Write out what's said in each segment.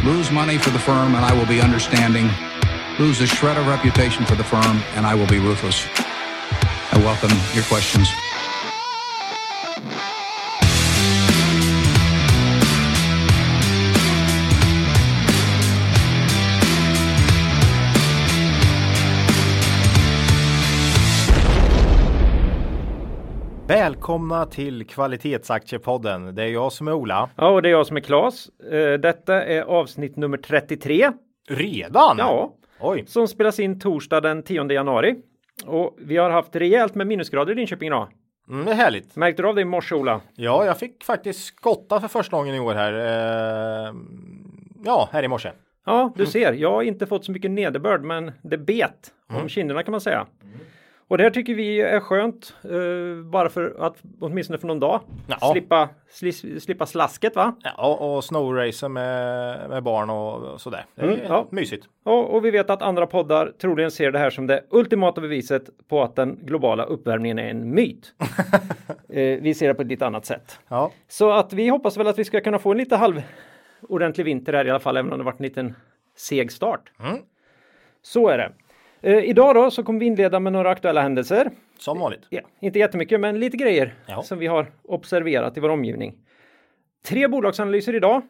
Lose money for the firm and I will be understanding. Lose a shred of reputation for the firm and I will be ruthless. I welcome your questions. Välkomna till Kvalitetsaktiepodden. Det är jag som är Ola. Ja, och det är jag som är Claes. Detta är avsnitt nummer 33. Redan? Ja. Oj. Som spelas in torsdag den 10 januari. Och vi har haft rejält med minusgrader i Linköping idag. Det är härligt. Märkte du av det i morse, Ola? Ja, jag fick faktiskt skotta för första gången i år här. Här i morse. Ja, du ser. Jag har inte fått så mycket nederbörd, men det bet om kinderna kan man säga. Och det här tycker vi är skönt, bara för att åtminstone för någon dag slippa slasket, va? Ja, och snowracer med barn och sådär. Det är mysigt. Och vi vet att andra poddar troligen ser det här som det ultimata beviset på att den globala uppvärmningen är en myt. Vi ser det på ett lite annat sätt. Ja. Så att vi hoppas väl att vi ska kunna få en lite halvordentlig vinter här i alla fall, även om det varit en liten seg start. Så är det. Idag då så kommer vi inleda med några aktuella händelser. Som vanligt. Ja, inte jättemycket, men lite grejer som vi har observerat i vår omgivning. 3 bolagsanalyser idag.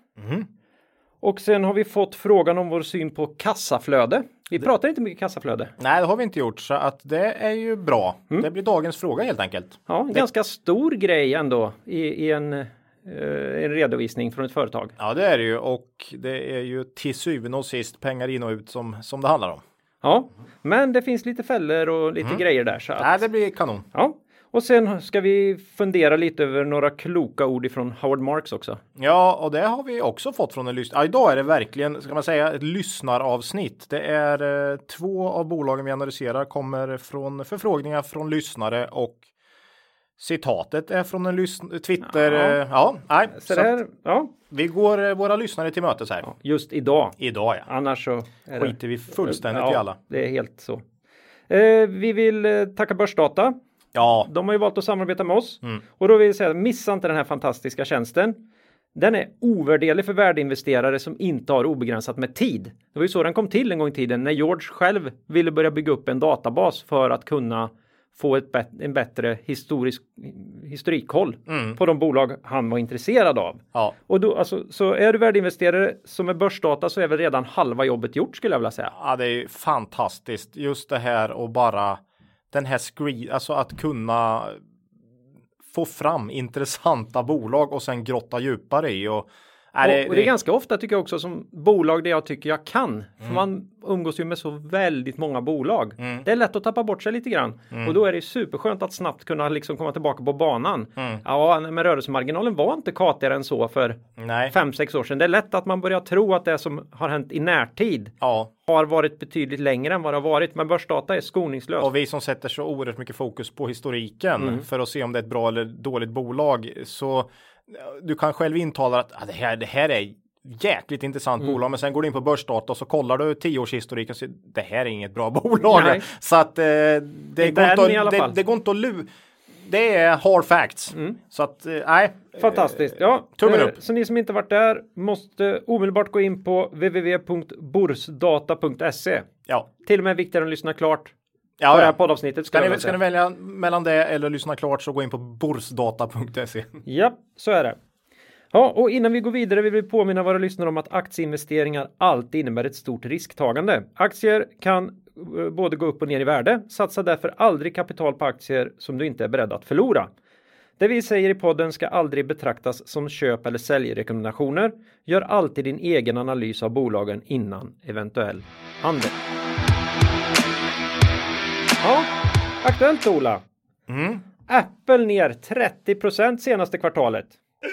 Och sen har vi fått frågan om vår syn på kassaflöde. Vi pratar inte mycket kassaflöde. Nej, det har vi inte gjort, så att det är ju bra. Det blir dagens fråga helt enkelt. Ja, en ganska stor grej ändå i en redovisning från ett företag. Ja, det är det ju, och det är ju till syvende och sist pengar in och ut som det handlar om. Ja, men det finns lite fällor och lite grejer där. Så att, Nej, det blir kanon. Ja, och sen ska vi fundera lite över några kloka ord ifrån Howard Marks också. Ja, och det har vi också fått från en lyssnare. Ja, idag är det verkligen, ska man säga, ett lyssnaravsnitt. Det är 2 av bolagen vi analyserar kommer från förfrågningar från lyssnare, och citatet är från en Twitter. Så det här, vi går våra lyssnare till mötes här. Ja, just idag. Idag, ja. Annars så skiter vi fullständigt i alla. Det är helt så. Vi vill tacka Börsdata. Ja. De har ju valt att samarbeta med oss. Och då vill jag säga, missa inte den här fantastiska tjänsten. Den är ovärderlig för värdeinvesterare som inte har obegränsat med tid. Det var ju så den kom till en gång i tiden, när George själv ville börja bygga upp en databas för att kunna få en bättre historikkoll på de bolag han var intresserad av. Ja. Och då, alltså, så är du värdeinvesterare som är Börsdata, så är väl redan halva jobbet gjort, skulle jag vilja säga. Ja, det är ju fantastiskt. Just det här, och bara den här alltså att kunna få fram intressanta bolag och sen grotta djupare i. Och det är ganska ofta, tycker jag också, som bolag där jag tycker jag kan. För man umgås ju med så väldigt många bolag. Det är lätt att tappa bort sig lite grann. Och då är det superskönt att snabbt kunna liksom komma tillbaka på banan. Ja, men rörelsemarginalen var inte katigare än så för 5-6 år sedan. Det är lätt att man börjar tro att det som har hänt i närtid har varit betydligt längre än vad det har varit. Men Börsdata är skoningslöst. Och vi som sätter så oerhört mycket fokus på historiken för att se om det är ett bra eller dåligt bolag, så du kan själv intala att det här är jäkligt intressant bolag, men sen går du in på Börsdata och så kollar du 10-årshistorik och säger det här är inget bra bolag. Nej. Så att det går inte att lura. Det är hard facts. Så att fantastiskt. Ja, tummen upp. Så ni som inte varit där måste omedelbart gå in på www.borsdata.se. Ja. Till och med viktigare än att lyssna klart. Det här poddavsnittet ska ni välja mellan det eller lyssna klart, så gå in på borsdata.se. Ja, så är det. Ja, och innan vi går vidare vill vi påminna våra lyssnare om att aktieinvesteringar alltid innebär ett stort risktagande. Aktier kan både gå upp och ner i värde. Satsa därför aldrig kapital på aktier som du inte är beredd att förlora. Det vi säger i podden ska aldrig betraktas som köp- eller säljrekommendationer. Gör alltid din egen analys av bolagen innan eventuell handel. Ja, aktuellt, Ola. Apple ner 30% senaste kvartalet.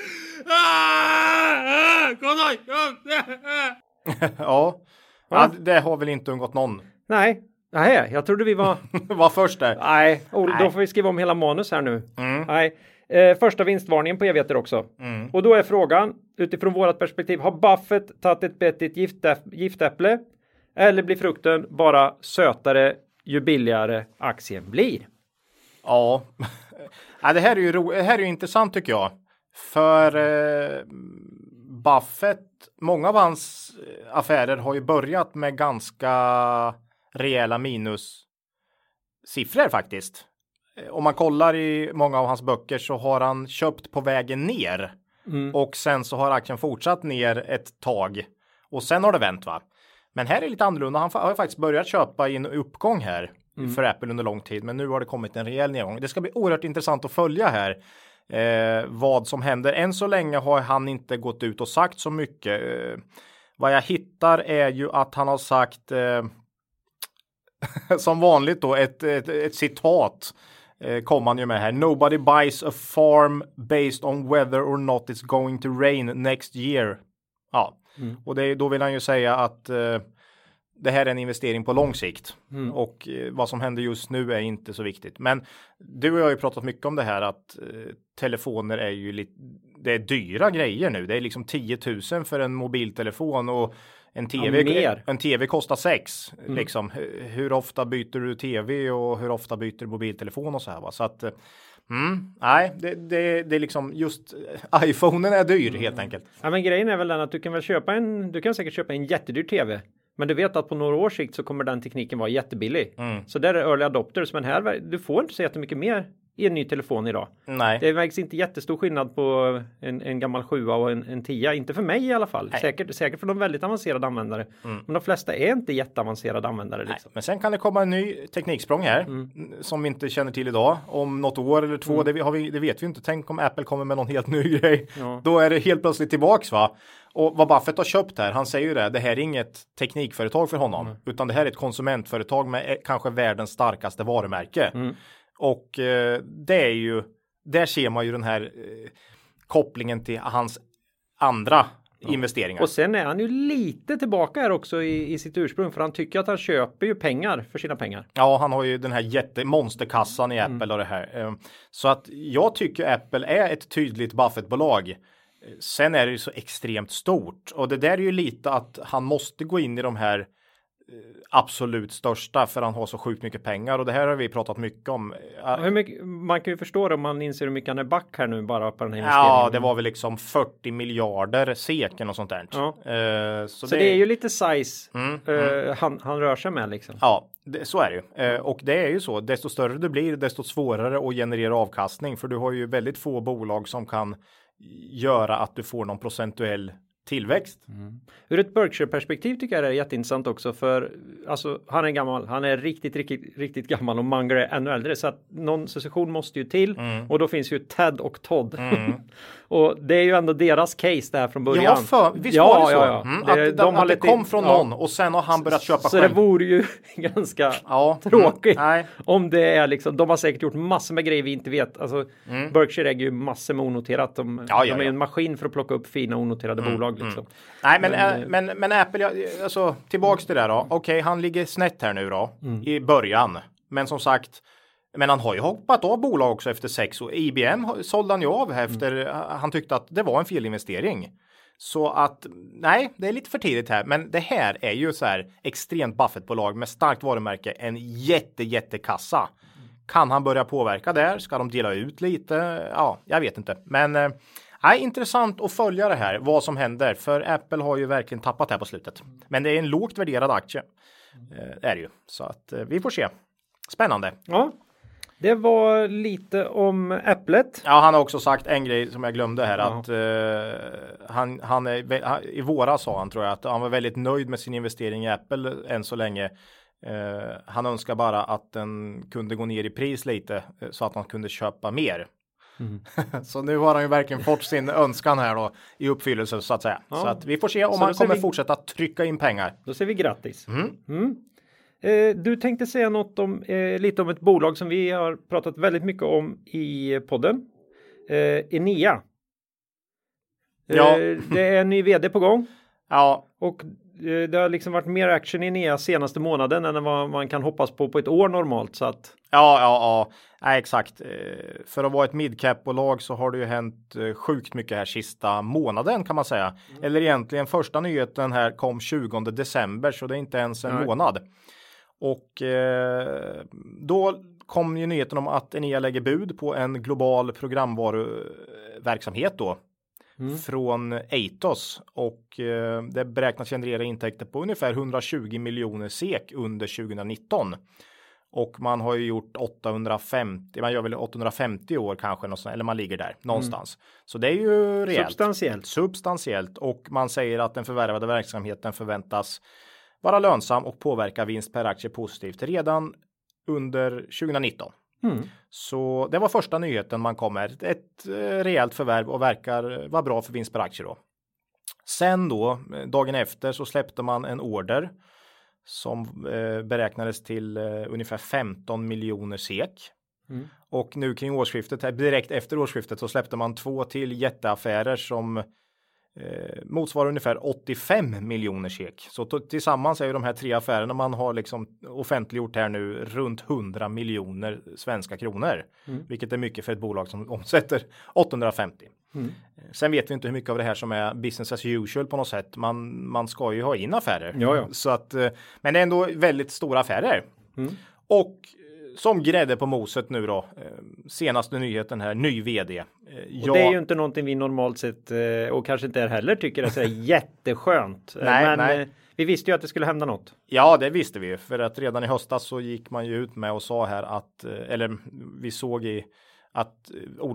Ja, det har väl inte undgått någon. Nej, jag trodde vi var var först där. Nej, då får vi skriva om hela manus här nu. Nej, första vinstvarningen på evigheter också. Och då är frågan, utifrån vårat perspektiv, har Buffett tagit ett bett i ett giftäpple, eller blir frukten bara sötare ju billigare aktien blir? Ja, det här är ju intressant tycker jag. För Buffett, många av hans affärer har ju börjat med ganska rejäla minussiffror faktiskt. Om man kollar i många av hans böcker så har han köpt på vägen ner. Och sen så har aktien fortsatt ner ett tag. Och sen har det vänt, va? Men här är det lite annorlunda. Han har faktiskt börjat köpa i en uppgång här för Apple under lång tid. Men nu har det kommit en rejäl nedgång. Det ska bli oerhört intressant att följa här. Vad som händer. Än så länge har han inte gått ut och sagt så mycket. Vad jag hittar är ju att han har sagt som vanligt då ett citat kom han ju med här. Nobody buys a farm based on whether or not it's going to rain next year. Ja, och då vill han ju säga att det här är en investering på lång sikt. Och vad som händer just nu är inte så viktigt. Men du och jag har ju pratat mycket om det här att telefoner är ju det är dyra grejer nu. Det är liksom 10 000 för en mobiltelefon och en tv kostar 6. Liksom. Hur ofta byter du tv och hur ofta byter du mobiltelefon och så här, va? Så att nej, det är liksom just iPhonen är dyr helt enkelt. Ja, men grejen är väl den att du kan säkert köpa en jättedyr tv. Men du vet att på några års sikt så kommer den tekniken vara jättebillig. Så där är early adopters. Men här, du får inte så jättemycket mer i en ny telefon idag. Nej. Det vägs inte jättestor skillnad på en gammal 7 och en 10. Inte för mig i alla fall. Säkert för de väldigt avancerade användare. Men de flesta är inte jätteavancerade användare. Liksom. Men sen kan det komma en ny tekniksprång här. Som vi inte känner till idag. Om något år eller 2. Det vet vi inte. Tänk om Apple kommer med någon helt ny grej. Ja. Då är det helt plötsligt tillbaks, va? Och vad Buffett har köpt här, han säger ju det här är inget teknikföretag för honom. Utan det här är ett konsumentföretag med kanske världens starkaste varumärke. Och det är ju, där ser man ju den här kopplingen till hans andra investeringar. Och sen är han ju lite tillbaka här också i sitt ursprung, för han tycker att han köper ju pengar för sina pengar. Ja, han har ju den här monsterkassan i Apple och det här. Så att jag tycker Apple är ett tydligt Buffett-bolag. Sen är det ju så extremt stort. Och det där är ju lite att han måste gå in i de här absolut största för han har så sjukt mycket pengar. Och det här har vi pratat mycket om. Hur mycket, man kan ju förstå det om man inser hur mycket han är back här nu bara på den här investeringen. Ja, det var väl liksom 40 miljarder seken och sånt där. Ja. Så det är ju lite size han rör sig med liksom. Ja, så är det ju. Och det är ju så. Desto större det blir, desto svårare att generera avkastning. För du har ju väldigt få bolag som kan göra att du får någon procentuell tillväxt. Ur ett Berkshire-perspektiv tycker jag det är jätteintressant också, för alltså, han är gammal, han är riktigt gammal och Munger är ännu äldre, så att någon succession måste ju till och då finns ju Ted och Todd. Och det är ju ändå deras case där från början. Visst var det så? Att det kom från någon och sen har han börjat köpa själv. Så det vore ju ganska tråkigt om det är liksom, de har säkert gjort massor med grejer vi inte vet. Alltså Berkshire äger ju massor med onoterat. De är en maskin för att plocka upp fina onoterade bolag liksom. Nej, men Apple, alltså tillbaks till det där då. Okej, han ligger snett här nu då i början. Men som sagt, men han har ju hoppat av bolag också efter 6 år. IBM sålde han ju av efter han tyckte att det var en felinvestering. Så att nej, det är lite för tidigt här. Men det här är ju så här extremt Buffett-bolag med starkt varumärke. En jättekassa. Kan han börja påverka där? Ska de dela ut lite? Ja, jag vet inte. Men intressant att följa det här, vad som händer. För Apple har ju verkligen tappat här på slutet. Men det är en lågt värderad aktie. Är det ju. Så att vi får se. Spännande. Ja, det var lite om Applet. Ja, han har också sagt en grej som jag glömde här. Att han är, i våras sa han, tror jag, att han var väldigt nöjd med sin investering i Apple än så länge. Han önskar bara att den kunde gå ner i pris lite så att han kunde köpa mer. Så nu har han ju verkligen fått sin önskan här då i uppfyllelse så att säga. Så att vi får se om han kommer fortsätta trycka in pengar. Då säger vi grattis. Du tänkte säga något om lite om ett bolag som vi har pratat väldigt mycket om i podden. Enea. Det är en ny vd på gång. Ja. Och det har liksom varit mer action i Enea senaste månaden än vad man kan hoppas på ett år normalt. Så att... Ja, exakt. För att vara ett midcap-bolag så har det ju hänt sjukt mycket här sista månaden kan man säga. Eller egentligen första nyheten här kom 20 december så det är inte ens en månad. Och då kom ju nyheten om att Enea lägger bud på en global programvaruverksamhet då. från Atos och det beräknas generera intäkter på ungefär 120 miljoner SEK under 2019. Och man har ju gjort 850, man gör väl 850 år kanske, eller man ligger där någonstans. Så det är ju rejält. Substantiellt. Och man säger att den förvärvade verksamheten förväntas vara lönsam och påverka vinst per aktie positivt redan under 2019. Så det var första nyheten man kom med. Ett rejält förvärv och verkar vara bra för vinst per aktie då. Sen då, dagen efter så släppte man en order som beräknades till ungefär 15 miljoner SEK. Och nu kring årsskiftet, direkt efter årsskiftet, så släppte man 2 till jätteaffärer som motsvarar ungefär 85 miljoner SEK. Så tillsammans är ju de här 3 affärerna man har liksom offentliggjort här nu runt 100 miljoner svenska kronor. Vilket är mycket för ett bolag som omsätter 850. Sen vet vi inte hur mycket av det här som är business as usual på något sätt. Man ska ju ha in affärer. Ja. Så att, men det är ändå väldigt stora affärer. Och som grädde på moset nu då, senaste nyheten här, ny vd. Och det är ju inte någonting vi normalt sett, och kanske inte är heller, tycker det är jätteskönt. Nej. Vi visste ju att det skulle hända något. Ja, det visste vi. För att redan i höstas så gick man ju ut med och sa här att, eller vi såg att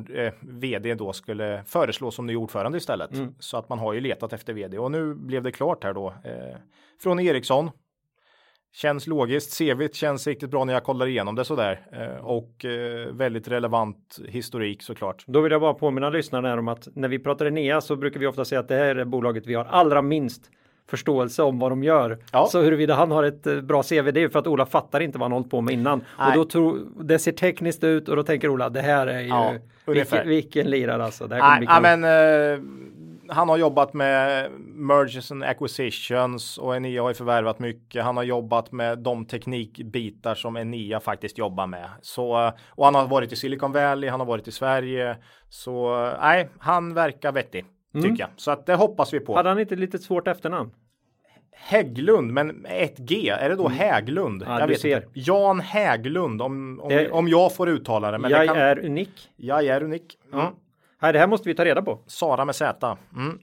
vd då skulle föreslås som ny ordförande istället. Så att man har ju letat efter vd. Och nu blev det klart här då. Från Ericsson. Känns logiskt. CV:t känns riktigt bra när jag kollar igenom det sådär. Och väldigt relevant historik såklart. Då vill jag bara påminna lyssnarna här om att när vi pratar Enea så brukar vi ofta säga att det här är bolaget vi har allra minst förståelse om vad de gör. Ja. Så huruvida han har ett bra CV, det är för att Ola fattar inte vad han hållit på med innan. Nej. Och då det ser tekniskt ut och då tänker Ola, det här är ju vilken lirare alltså. Det här kommer bli han har jobbat med mergers and acquisitions och Enea har ju förvärvat mycket. Han har jobbat med de teknikbitar som Enea faktiskt jobbar med. Så, och han har varit i Silicon Valley, han har varit i Sverige. Så nej, han verkar vettig tycker jag. Så att det hoppas vi på. Hade han inte lite svårt efternamn? Hägglund, men med ett G. Är det då Hägglund? Ja, jag vet inte. Jan Hägglund, om jag får uttala det. Men jag är unik. Jag är unik. Nej, det här måste vi ta reda på. Sara med Z.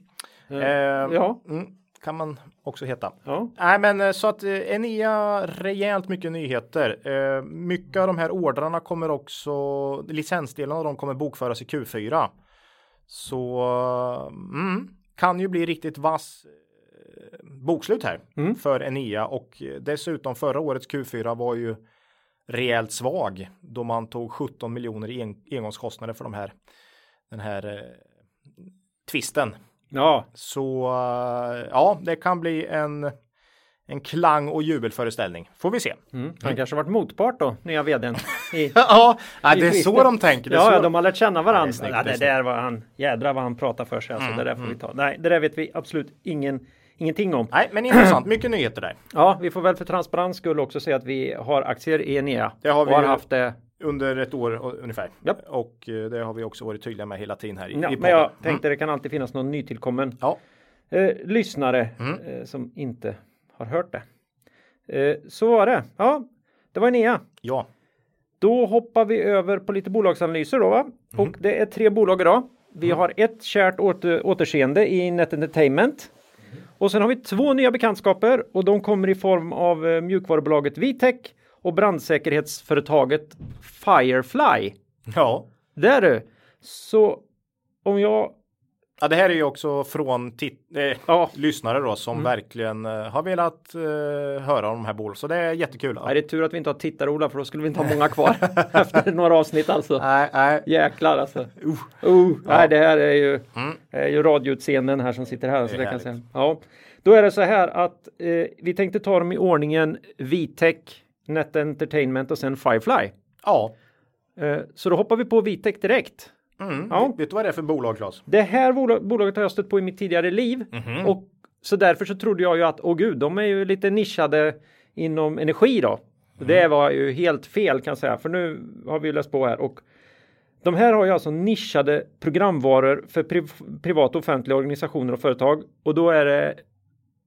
Kan man också heta. Ja. Nej, men så att Enea rejält mycket nyheter. Mycket av de här ordrarna kommer också, licensdelen av dem kommer bokföras i Q4. Så kan ju bli riktigt vass bokslut här för Enea. Och dessutom förra årets Q4 var ju rejält svag då man tog 17 miljoner i engångskostnader för den här twisten. Ja. Så det kan bli en klang- och jubelföreställning. Får vi se. Han kanske har varit motpart då, nya vdn. Det är så de tänker. De har lärt känna varandra. Det där var han, jädra vad han pratar för sig. Alltså, det där får vi ta. Nej, det där vet vi absolut ingenting om. Nej, men intressant. Mycket nyheter där. Ja, vi får väl för transparens skulle också säga att vi har aktier i Enea. Det har vi haft det under ett år ungefär. Japp. Och det har vi också varit tydliga med hela tiden här i men jag tänkte det kan alltid finnas någon nytillkommen lyssnare som inte har hört det. Så var det. Ja, det var Enea. Ja. Då hoppar vi över på lite bolagsanalyser då va? Och det är 3 bolag idag. Vi har ett kärt återseende i Net Entertainment. Och sen har vi 2 nya bekantskaper och de kommer i form av mjukvarubolaget Vitec och brandsäkerhetsföretaget Firefly. Ja. Där du. Så om jag... Ja, det här är ju också från lyssnare då som verkligen har velat höra om de här bolagen. Så det är jättekul. Ja, det är tur att vi inte har tittare, Ola, för då skulle vi inte ha många kvar efter några avsnitt alltså. Nej. Jäklar alltså. Nej, det här är ju radioutscenen här som sitter här. Så det kan jag säga. Ja. Då är det så här att vi tänkte ta dem i ordningen Vitec, Net Entertainment och sen Firefly. Ja. Så då hoppar vi på Vitec direkt. Ja. Vet du vad det är för bolag, Claes? Det här bolaget har jag stött på i mitt tidigare liv. Och så därför så trodde jag ju att, de är ju lite nischade inom energi då. Det var ju helt fel kan jag säga. För nu har vi läst på här. Och de här har ju alltså nischade programvaror för privata och offentliga organisationer och företag. Och då är det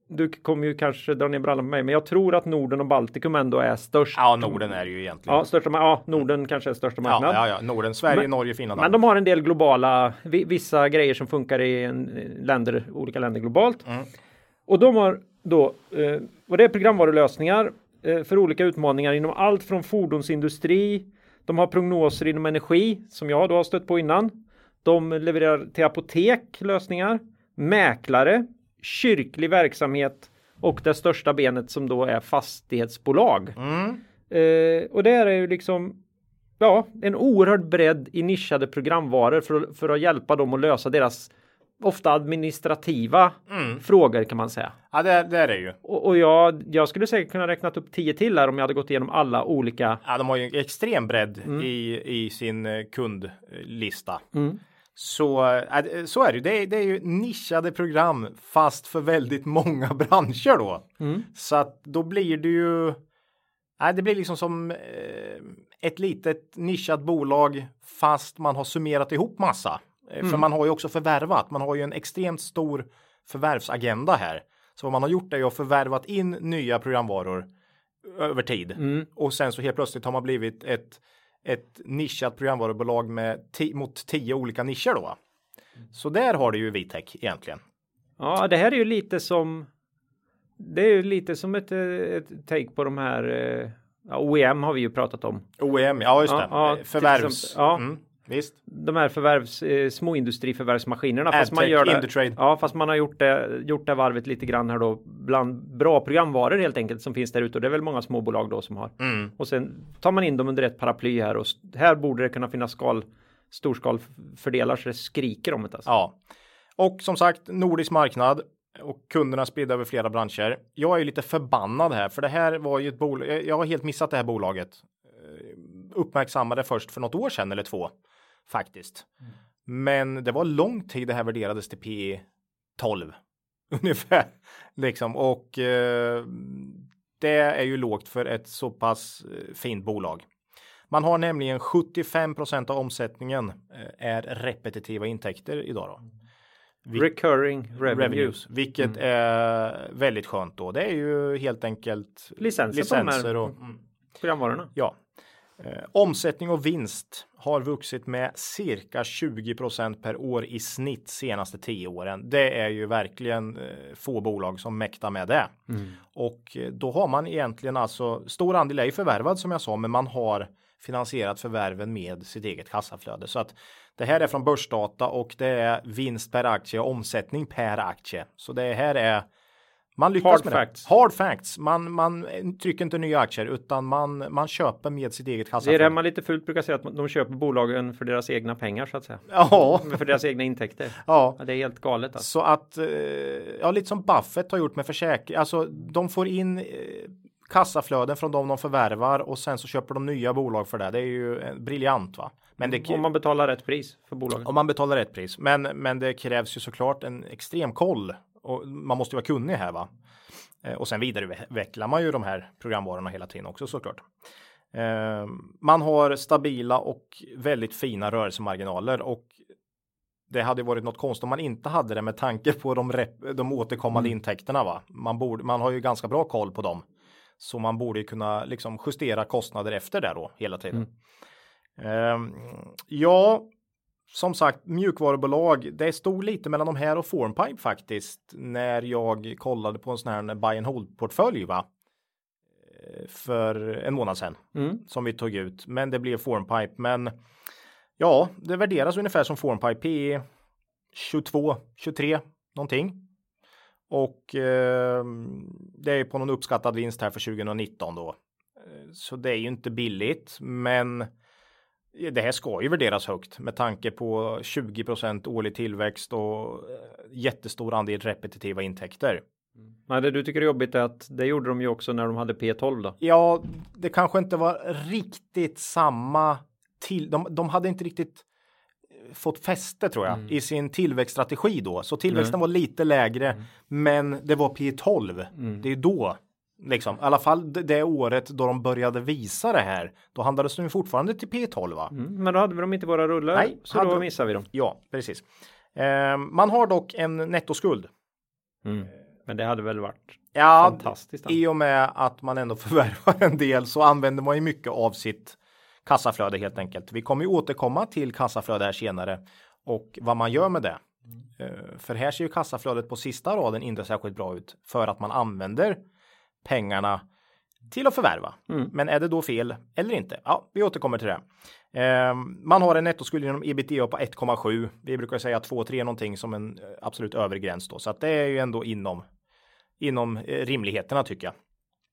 du kommer ju kanske dra ner brallan på mig, men jag tror att Norden och Baltikum ändå är störst. Ja, Norden är ju egentligen. Ja, Norden kanske är största marknad. Ja, Norden, Sverige, Norge, Finland. Men de har en del globala, vissa grejer som funkar i olika länder globalt. Och de har då, och det är programvarulösningar för olika utmaningar inom allt från fordonsindustri. De har prognoser inom energi, som jag då har stött på innan. De levererar till apotek lösningar, mäklare, kyrklig verksamhet och det största benet som då är fastighetsbolag. Och det är ju liksom en oerhörd bredd i nischade programvaror för att hjälpa dem att lösa deras ofta administrativa frågor kan man säga. Ja, det är det ju. Och jag skulle säkert kunna räknat upp 10 till här om jag hade gått igenom alla olika. Ja, de har ju extrem bredd i sin kundlista. Så är det. Det är ju nischade program fast för väldigt många branscher då. Så att då blir det ju det blir liksom som ett litet nischat bolag fast man har summerat ihop massa. För man har ju också förvärvat. Man har ju en extremt stor förvärvsagenda här. Så vad man har gjort är ju att förvärvat in nya programvaror över tid. Och sen så helt plötsligt har man blivit ett nischat programvarubolag mot 10 olika nischer då. Så där har det ju Vitec egentligen. Ja, det här är ju lite som ett take på de här OEM har vi ju pratat om. OEM, ja just det. Ja, förvärvs. Visst. De här småindustriförvärvsmaskinerna fast man gör det. Ja, fast man har gjort det varvet lite grann här då bland bra programvaror helt enkelt som finns där ute och det är väl många småbolag då som har. Och sen tar man in dem under ett paraply här och här borde det kunna finnas storskalfördelar så det skriker om det alltså. Ja. Och som sagt nordisk marknad och kunderna spridda över flera branscher. Jag är ju lite förbannad här för det här var ju ett bolag, jag har helt missat det här bolaget. Uppmärksammade först för något år sedan eller 2 faktiskt. Men det var lång tid det här värderades till P 12 ungefär liksom och det är ju lågt för ett så pass fint bolag. Man har nämligen 75% av omsättningen är repetitiva intäkter idag då. Recurring revenues. Vilket är väldigt skönt då. Det är ju helt enkelt licenser och programvarorna. Ja. Omsättning och vinst har vuxit med cirka 20% per år i snitt senaste 10 åren. Det är ju verkligen få bolag som mäktar med det. Och då har man egentligen alltså stor andel är ju förvärvad som jag sa, men man har finansierat förvärven med sitt eget kassaflöde. Så att det här är från börsdata och det är vinst per aktie och omsättning per aktie. Så det här är man lyckas hard med facts. Det. Hard facts. Man trycker inte nya aktier utan man köper med sitt eget kassaflöde. Det är det man lite fult brukar säga att de köper bolagen för deras egna pengar så att säga. Ja. För deras egna intäkter. Ja. Det är helt galet. Alltså. Så att lite som Buffett har gjort med försäkring. Alltså de får in kassaflöden från de förvärvar och sen så köper de nya bolag för det. Det är ju briljant va. Men det, om man betalar rätt pris för bolagen. Om man betalar rätt pris. Men det krävs ju såklart en extrem koll. Och man måste ju vara kunnig här va. Och sen vidareutvecklar man ju de här programvarorna hela tiden också såklart. Man har stabila och väldigt fina rörelsemarginaler. Och det hade varit något konstigt om man inte hade det med tanke på de återkommande intäkterna va. Man har ju ganska bra koll på dem. Så man borde kunna liksom justera kostnader efter det då hela tiden. Som sagt, mjukvarubolag, det stod lite mellan de här och Formpipe faktiskt när jag kollade på en sån här buy and hold-portfölj va? För en månad sedan som vi tog ut. Men det blev Formpipe. Men ja, det värderas ungefär som Formpipe P 22, 23 någonting. Och det är på någon uppskattad vinst här för 2019 då. Så det är ju inte billigt, men det här ska ju värderas högt med tanke på 20% årlig tillväxt och jättestor andel repetitiva intäkter. Men det du tycker är jobbigt är att det gjorde de ju också när de hade P12 då. Ja, det kanske inte var riktigt samma de hade inte riktigt fått fäste tror jag i sin tillväxtstrategi då. Så tillväxten var lite lägre men det var P12. Det är då liksom, i alla fall det året då de började visa det här. Då handlades de fortfarande till P12 va? Men då hade de inte våra rullar. Nej, så då missar vi dem. Ja, precis. Man har dock en nettoskuld. Men det hade väl varit Ja, fantastiskt. I och med att man ändå förvärvar en del så använder man ju mycket av sitt kassaflöde helt enkelt. Vi kommer ju återkomma till kassaflöde här senare och vad man gör med det. För här ser ju kassaflödet på sista raden inte särskilt bra ut för att man använder pengarna till att förvärva. Men är det då fel eller inte? Ja, vi återkommer till det. Man har en nettoskuld genom ebitda på 1,7. Vi brukar säga 2-3 någonting som en absolut övre gräns då. Så att det är ju ändå inom rimligheterna tycker jag.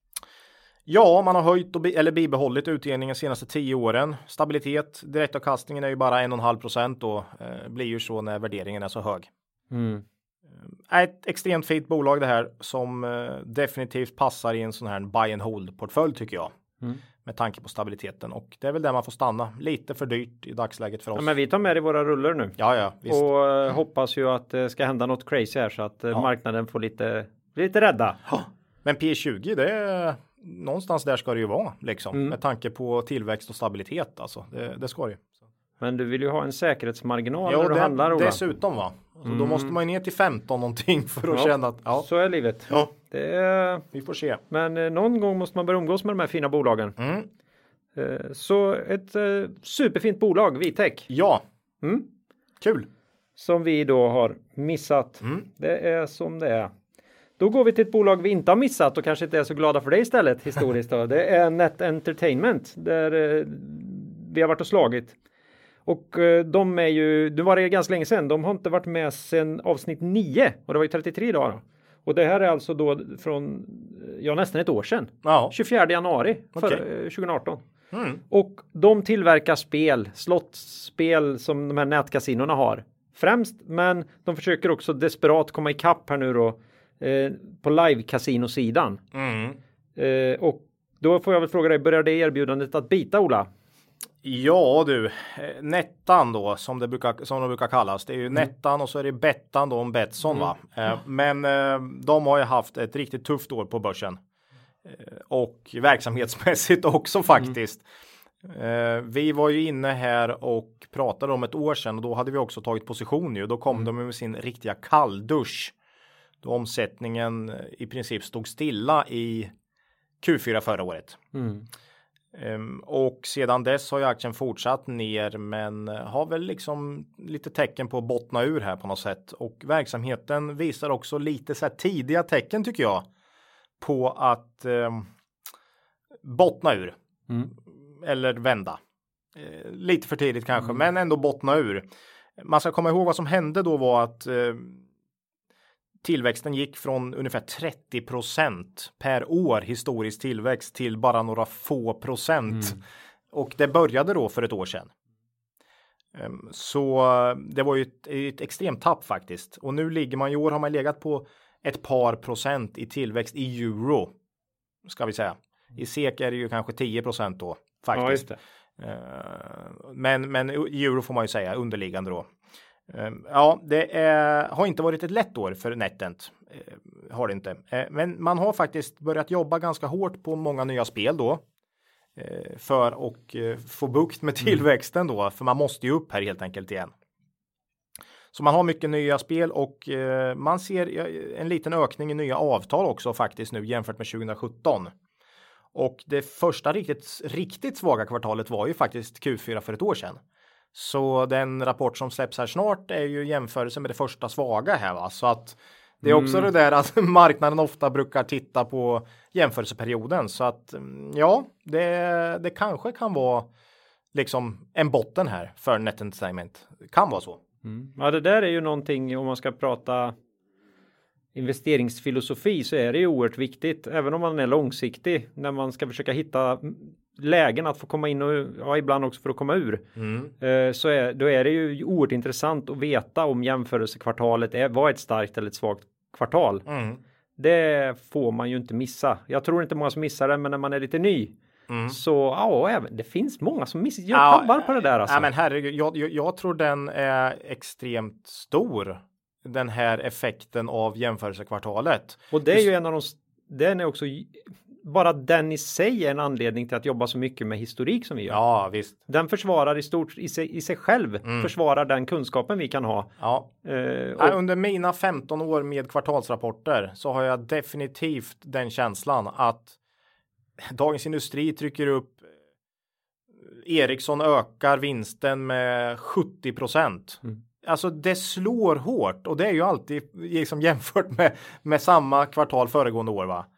Ja, man har höjt eller bibehållit utdelningen de senaste 10 åren. Stabilitet, direktavkastningen är ju bara 1,5% då. Blir ju så när värderingen är så hög. Ett extremt fint bolag det här som definitivt passar i en sån här buy and hold portfölj tycker jag. Med tanke på stabiliteten och det är väl där man får stanna. Lite för dyrt i dagsläget för oss. Ja, men vi tar med i våra rullor nu. Ja, visst. Och hoppas ju att det ska hända något crazy här så att marknaden får lite rädda. Men P20 det är någonstans där ska det ju vara liksom. Med tanke på tillväxt och stabilitet alltså. Det ska det ju. Men du vill ju ha en säkerhetsmarginal när du handlar, Ola. Dessutom va. Så då måste man ju ner till 15 någonting för att känna att så är livet. Ja. Vi får se. Men någon gång måste man börja umgås med de här fina bolagen. Så ett superfint bolag, Vitec. Ja. Kul. Som vi då har missat. Det är som det är. Då går vi till ett bolag vi inte har missat och kanske inte är så glada för det istället historiskt. Då. Det är Net Entertainment där vi har varit och slagit. Och de är ju, det var det ganska länge sedan, de har inte varit med sedan avsnitt 9 och det var ju 33 dagar. Då. Och det här är alltså då från, nästan ett år sedan. 24 januari 2018. Och de tillverkar slottspel som de här nätkasinorna har. Främst, men de försöker också desperat komma ikapp här nu då på live-kasinosidan. Och då får jag väl fråga dig, börjar det erbjudandet att bita, Ola? Ja du, Nettan då som de brukar kallas. Det är ju Nettan och så är det Bettan då om Betsson va. Men de har ju haft ett riktigt tufft år på börsen. Och verksamhetsmässigt också faktiskt. Vi var ju inne här och pratade om ett år sedan och då hade vi också tagit position nu. Då kom de med sin riktiga kalldusch. Då omsättningen i princip stod stilla i Q4 förra året. Och sedan dess har ju aktien fortsatt ner men har väl liksom lite tecken på att bottna ur här på något sätt. Och verksamheten visar också lite så här tidiga tecken tycker jag på att bottna ur. Eller vända. Lite för tidigt kanske men ändå bottna ur. Man ska komma ihåg vad som hände då var att tillväxten gick från ungefär 30% per år historisk tillväxt till bara några få procent. Och det började då för ett år sedan. Så det var ju ett extremt tapp faktiskt. Och nu ligger man i år har man legat på ett par procent i tillväxt i euro. Ska vi säga. I SEK är det ju kanske 10% då faktiskt. Ja, just det. Men i euro får man ju säga underliggande då. Ja, det har inte varit ett lätt år för Netent. Har det inte. Men man har faktiskt börjat jobba ganska hårt på många nya spel då. För att få bukt med tillväxten då. För man måste ju upp här helt enkelt igen. Så man har mycket nya spel och man ser en liten ökning i nya avtal också faktiskt nu jämfört med 2017. Och det första riktigt svaga kvartalet var ju faktiskt Q4 för ett år sedan. Så den rapport som släpps här snart är ju jämförelse med det första svaga här va. Så att det är också det där att marknaden ofta brukar titta på jämförelseperioden. Så att ja, det kanske kan vara liksom en botten här för Net Entertainment. Kan vara så. Ja, det där är ju någonting om man ska prata investeringsfilosofi så är det ju oerhört viktigt. Även om man är långsiktig när man ska försöka hitta lägen att få komma in och ibland också för att komma ur. Då är det ju oerhört intressant att veta om jämförelsekvartalet var ett starkt eller ett svagt kvartal. Det får man ju inte missa. Jag tror inte många som missar det, men när man är lite ny så även det finns många som jag tabbar på det där alltså. Ja, men herregud, jag tror den är extremt stor. Den här effekten av jämförelsekvartalet. Och det är ju en av den är också bara den i sig är en anledning till att jobba så mycket med historik som vi gör. Ja, visst. Den försvarar i sig själv, försvarar den kunskapen vi kan ha. Ja. Under mina 15 år med kvartalsrapporter så har jag definitivt den känslan att Dagens Industri trycker upp Ericsson ökar vinsten med 70%. Alltså det slår hårt och det är ju alltid liksom jämfört med samma kvartal föregående år, va?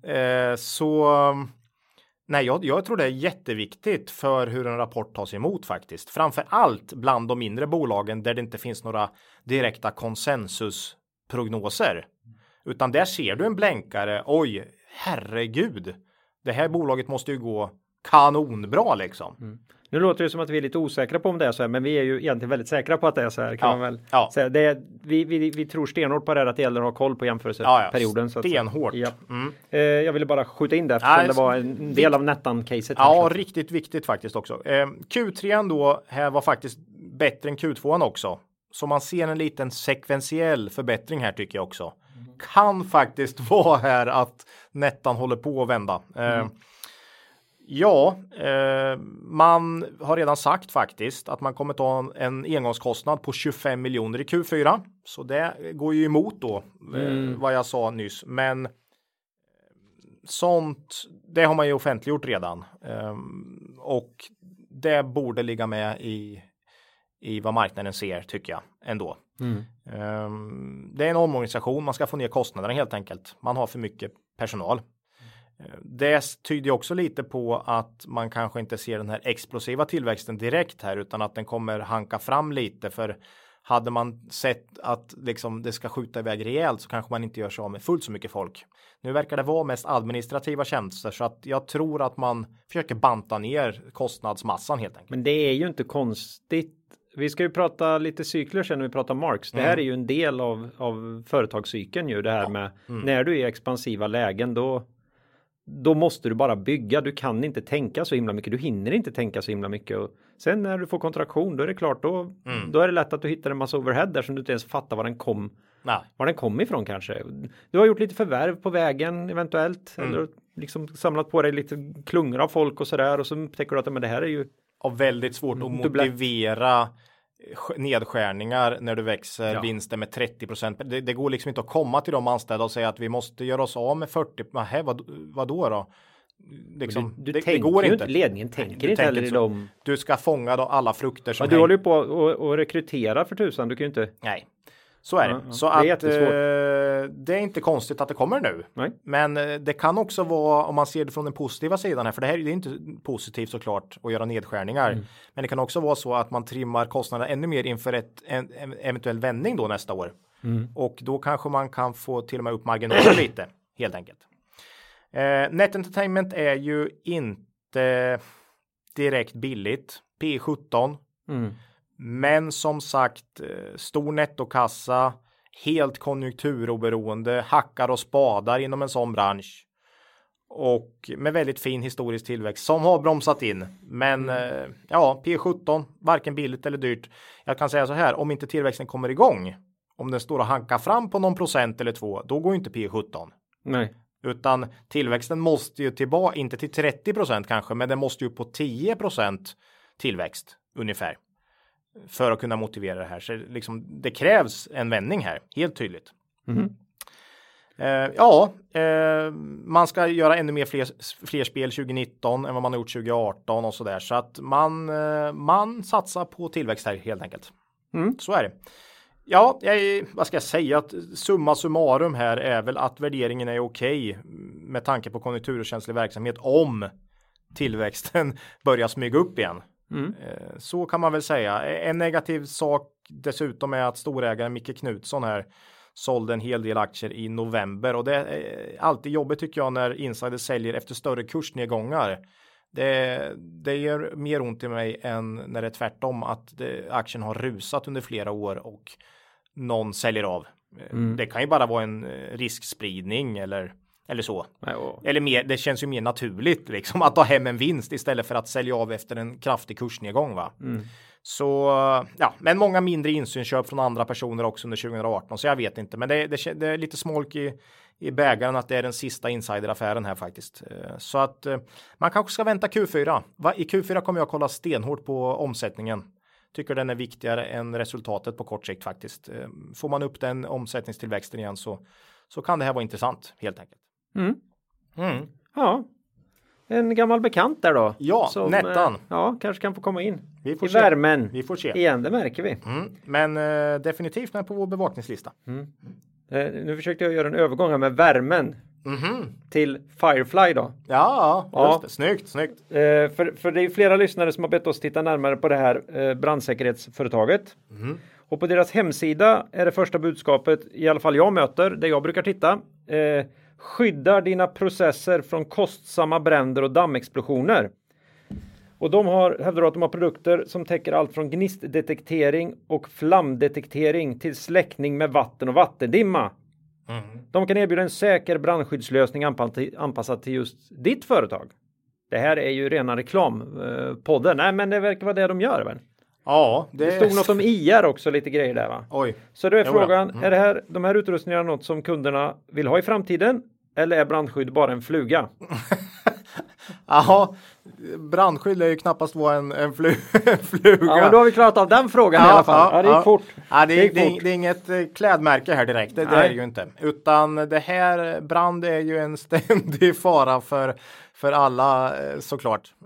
Nej, jag tror det är jätteviktigt för hur en rapport tas emot faktiskt. Framför allt bland de mindre bolagen där det inte finns några direkta konsensusprognoser. Utan där ser du en blänkare, oj, herregud. Det här bolaget måste ju gå kanonbra liksom. Nu låter det som att vi är lite osäkra på om det är så här, men vi är ju egentligen väldigt säkra på att det är så här, kan man väl säga. Vi tror stenhårt på det att det gäller att ha koll på jämförelseperioden. Stenhårt. Jag ville bara skjuta in det eftersom det var en del av Nettan-caset. Ja, riktigt viktigt faktiskt också. Q3 då här var faktiskt bättre än Q2 också. Så man ser en liten sekventiell förbättring här tycker jag också. Kan faktiskt vara här att Nettan håller på att vända. Man har redan sagt faktiskt att man kommer ta en engångskostnad på 25 miljoner i Q4. Så det går ju emot då vad jag sa nyss. Men sånt, det har man ju offentliggjort redan. Och det borde ligga med i vad marknaden ser tycker jag ändå. Det är en omorganisation, man ska få ner kostnaderna helt enkelt. Man har för mycket personal. Det tyder också lite på att man kanske inte ser den här explosiva tillväxten direkt här utan att den kommer hanka fram lite, för hade man sett att liksom det ska skjuta iväg rejält så kanske man inte gör så med fullt så mycket folk. Nu verkar det vara mest administrativa tjänster så att jag tror att man försöker banta ner kostnadsmassan helt enkelt. Men det är ju inte konstigt. Vi ska ju prata lite cykler sen när vi pratar Marx. Det här är ju en del av företagscykeln ju, det här med när du är i expansiva lägen då måste du bara bygga. Du kan inte tänka så himla mycket. Du hinner inte tänka så himla mycket. Och sen när du får kontraktion, då är det klart. Då är det lätt att du hittar en massa overhead där som du inte ens fattar var den kom ifrån kanske. Du har gjort lite förvärv på vägen eventuellt. Eller liksom samlat på dig lite klungor av folk och sådär. Och så tänker du att men det här är ju... Och väldigt svårt att motivera nedskärningar när du växer vinsten med 30%. Det går liksom inte att komma till de anställda och säga att vi måste göra oss av med 40%. Vad då? Liksom, det går inte. Ledningen tänker inte heller i dem. Du ska fånga alla frukter som du håller ju på att rekrytera för tusan. Du kan ju inte... Nej. Så är det. Så det är det är inte konstigt att det kommer nu. Nej. Men det kan också vara, om man ser det från den positiva sidan här, för det här är inte positivt såklart att göra nedskärningar. Men det kan också vara så att man trimmar kostnaderna ännu mer inför en eventuell vändning då nästa år. Och då kanske man kan få till och med upp marginalen lite, helt enkelt. Net Entertainment är ju inte direkt billigt. P17. Men som sagt, stor nettokassa, helt konjunkturoberoende, hackar och spadar inom en sån bransch. Och med väldigt fin historisk tillväxt som har bromsat in. Men P17, varken billigt eller dyrt. Jag kan säga så här, om inte tillväxten kommer igång, om den står och hankar fram på någon procent eller 2, då går inte P17. Nej. Utan tillväxten måste ju tillbaka, inte till 30% kanske, men den måste ju på 10% tillväxt ungefär. För att kunna motivera det här. Så liksom, det krävs en vändning här, helt tydligt. Man ska göra ännu mer fler spel 2019 än vad man har gjort 2018 och sådär. Så att man satsar på tillväxt här helt enkelt. Så är det. Ja, vad ska jag säga? Att summa summarum här är väl att värderingen är okej med tanke på konjunkturkänslig verksamhet om tillväxten börjar smyga upp igen. Så kan man väl säga. En negativ sak dessutom är att storägaren Micke Knutsson här sålde en hel del aktier i november, och det är alltid jobbigt tycker jag när insiders säljer efter större kursnedgångar. Det gör mer ont i mig än när det är tvärtom, att aktien har rusat under flera år och någon säljer av. Det kan ju bara vara en riskspridning eller så. Eller mer, det känns ju mer naturligt liksom, att ta hem en vinst istället för att sälja av efter en kraftig kursnedgång, va? Så men många mindre insynsköp från andra personer också under 2018, så jag vet inte, men det är lite smolk i bägaren att det är den sista insideraffären här faktiskt. Så att man kanske ska vänta Q4. I Q4 kommer jag kolla stenhårt på omsättningen. Tycker den är viktigare än resultatet på kort sikt faktiskt. Får man upp den omsättningstillväxten igen så kan det här vara intressant helt enkelt. Ja, en gammal bekant där då. Ja, som, Nettan. Kanske kan få komma in Vi får i se. värmen. Vi får se. Igen, det märker vi. Men definitivt med på vår bevakningslista. Nu försökte jag göra en övergång här med värmen till Firefly då. Ja, just det. Snyggt. För det är flera lyssnare som har bett oss titta närmare på det här brandsäkerhetsföretaget. Och på deras hemsida är det första budskapet, i alla fall jag möter, där jag brukar titta. Skyddar dina processer från kostsamma bränder och dammexplosioner. Och hävdar att de har produkter som täcker allt från gnistdetektering och flamdetektering till släckning med vatten och vattendimma. De kan erbjuda en säker brandskyddslösning anpassad till just ditt företag. Det här är ju rena reklampodden. Nej, men det verkar vara det de gör, väl? Ja, det stod något om IR också, lite grejer där, va? Oj. Så då är frågan, är de här utrustningarna något som kunderna vill ha i framtiden? Eller är brandskydd bara en fluga? Ja, brandskydd är ju knappast vara en fluga. Ja, men då har vi klarat av den frågan i alla fall. Ja, det gick fort. Ja, det är inget klädmärke här direkt. Det är det ju inte. Utan det här, brand är ju en ständig fara för alla såklart.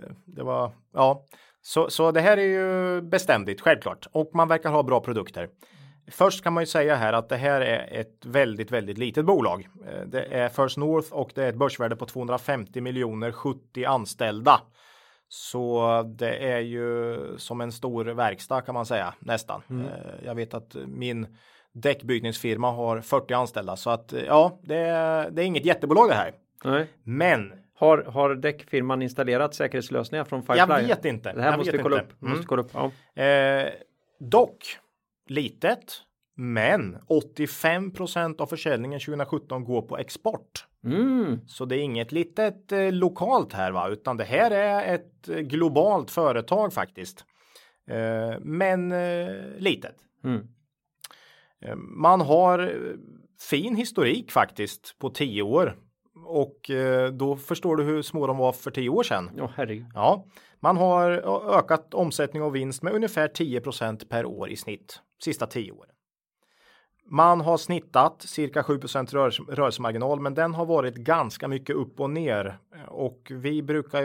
Så det här är ju beständigt, självklart. Och man verkar ha bra produkter. Först kan man ju säga här att det här är ett väldigt, väldigt litet bolag. Det är First North och det är ett börsvärde på 250 miljoner, 70 anställda. Så det är ju som en stor verkstad kan man säga, nästan. Jag vet att min däckbyggningsfirma har 40 anställda. Så att det är inget jättebolag det här. Nej. Men har däckfirman installerat säkerhetslösningar från Firefly? Jag vet inte. Det här måste vi kolla upp. Ja. Dock litet, men 85% av försäljningen 2017 går på export. Så det är inget litet lokalt här, va, utan det här är ett globalt företag faktiskt. Men litet. Man har fin historik faktiskt på 10 år. Och då förstår du hur små de var för 10 år sedan. Herregud. Ja, man har ökat omsättning och vinst med ungefär 10% per år i snitt. Sista 10 åren. Man har snittat cirka 7% rörelsemarginal, men den har varit ganska mycket upp och ner. Och vi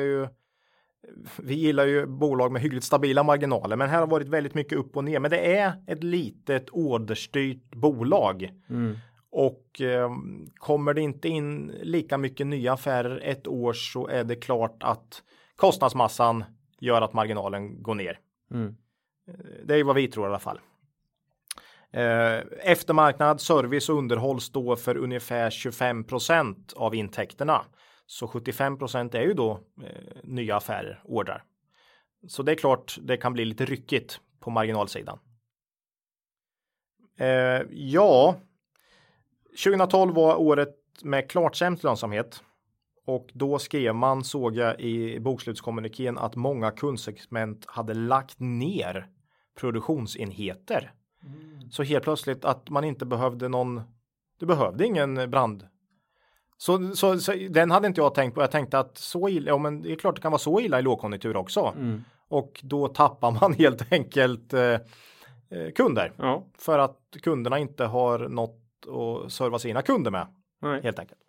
gillar ju bolag med hyggligt stabila marginaler, men här har varit väldigt mycket upp och ner. Men det är ett litet orderstyrt bolag. Och kommer det inte in lika mycket nya affärer ett år, så är det klart att kostnadsmassan gör att marginalen går ner. Det är vad vi tror i alla fall. Eftermarknad, service och underhåll står för ungefär 25% av intäkterna. Så 75% är ju då nya affärer, ordrar. Så det är klart det kan bli lite ryckigt på marginalsidan. 2012 var året med klart sämst lönsamhet. Och då skrev man, såg jag i bokslutskommunikén, att många kundsegment hade lagt ner produktionsenheter. Så helt plötsligt att man inte behövde du behövde ingen brand. Så den hade inte jag tänkt på. Jag tänkte att så illa, men det är klart det kan vara så illa i lågkonjunktur också. Och då tappar man helt enkelt kunder. Ja. För att kunderna inte har något att serva sina kunder med. Nej. Helt enkelt.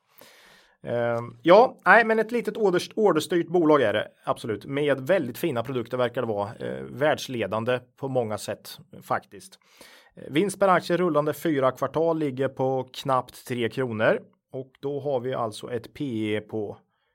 Men ett litet orderstyrt bolag är det absolut, med väldigt fina produkter verkar det vara, världsledande på många sätt faktiskt. Vinst per aktie rullande 4 kvartal ligger på knappt 3 kronor, och då har vi alltså ett PE på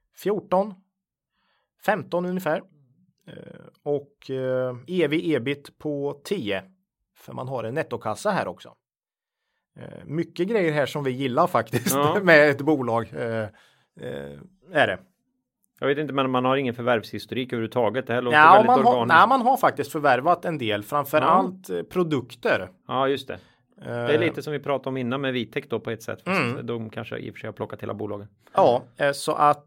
15 ungefär, och EV/EBIT på 10, för man har en nettokassa här också. Mycket grejer här som vi gillar faktiskt med ett bolag är det. Jag vet inte, men man har ingen förvärvshistorik överhuvudtaget. Det här låter väldigt organiskt. Man har faktiskt förvärvat en del, framförallt produkter. Ja, just det. Det är lite som vi pratade om innan med Vitec då på ett sätt. Fast de kanske i och för sig har plockat hela bolagen. Ja, så att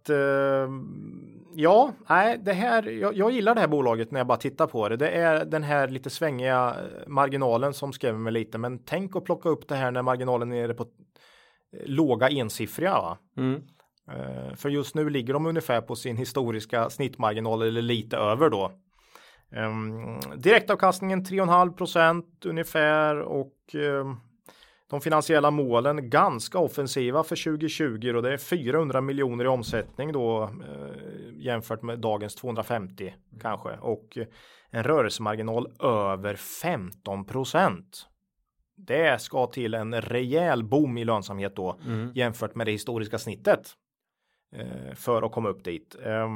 det här, jag gillar det här bolaget när jag bara tittar på det. Det är den här lite svängiga marginalen som skrämmer mig lite. Men tänk att plocka upp det här när marginalen är på låga ensiffriga. Va? För just nu ligger de ungefär på sin historiska snittmarginal eller lite över då. Direktavkastningen 3,5% ungefär och de finansiella målen ganska offensiva för 2020 och det är 400 miljoner i omsättning då jämfört med dagens 250 kanske och en rörelsemarginal över 15%. Det ska till en rejäl boom i lönsamhet då jämfört med det historiska snittet för att komma upp dit.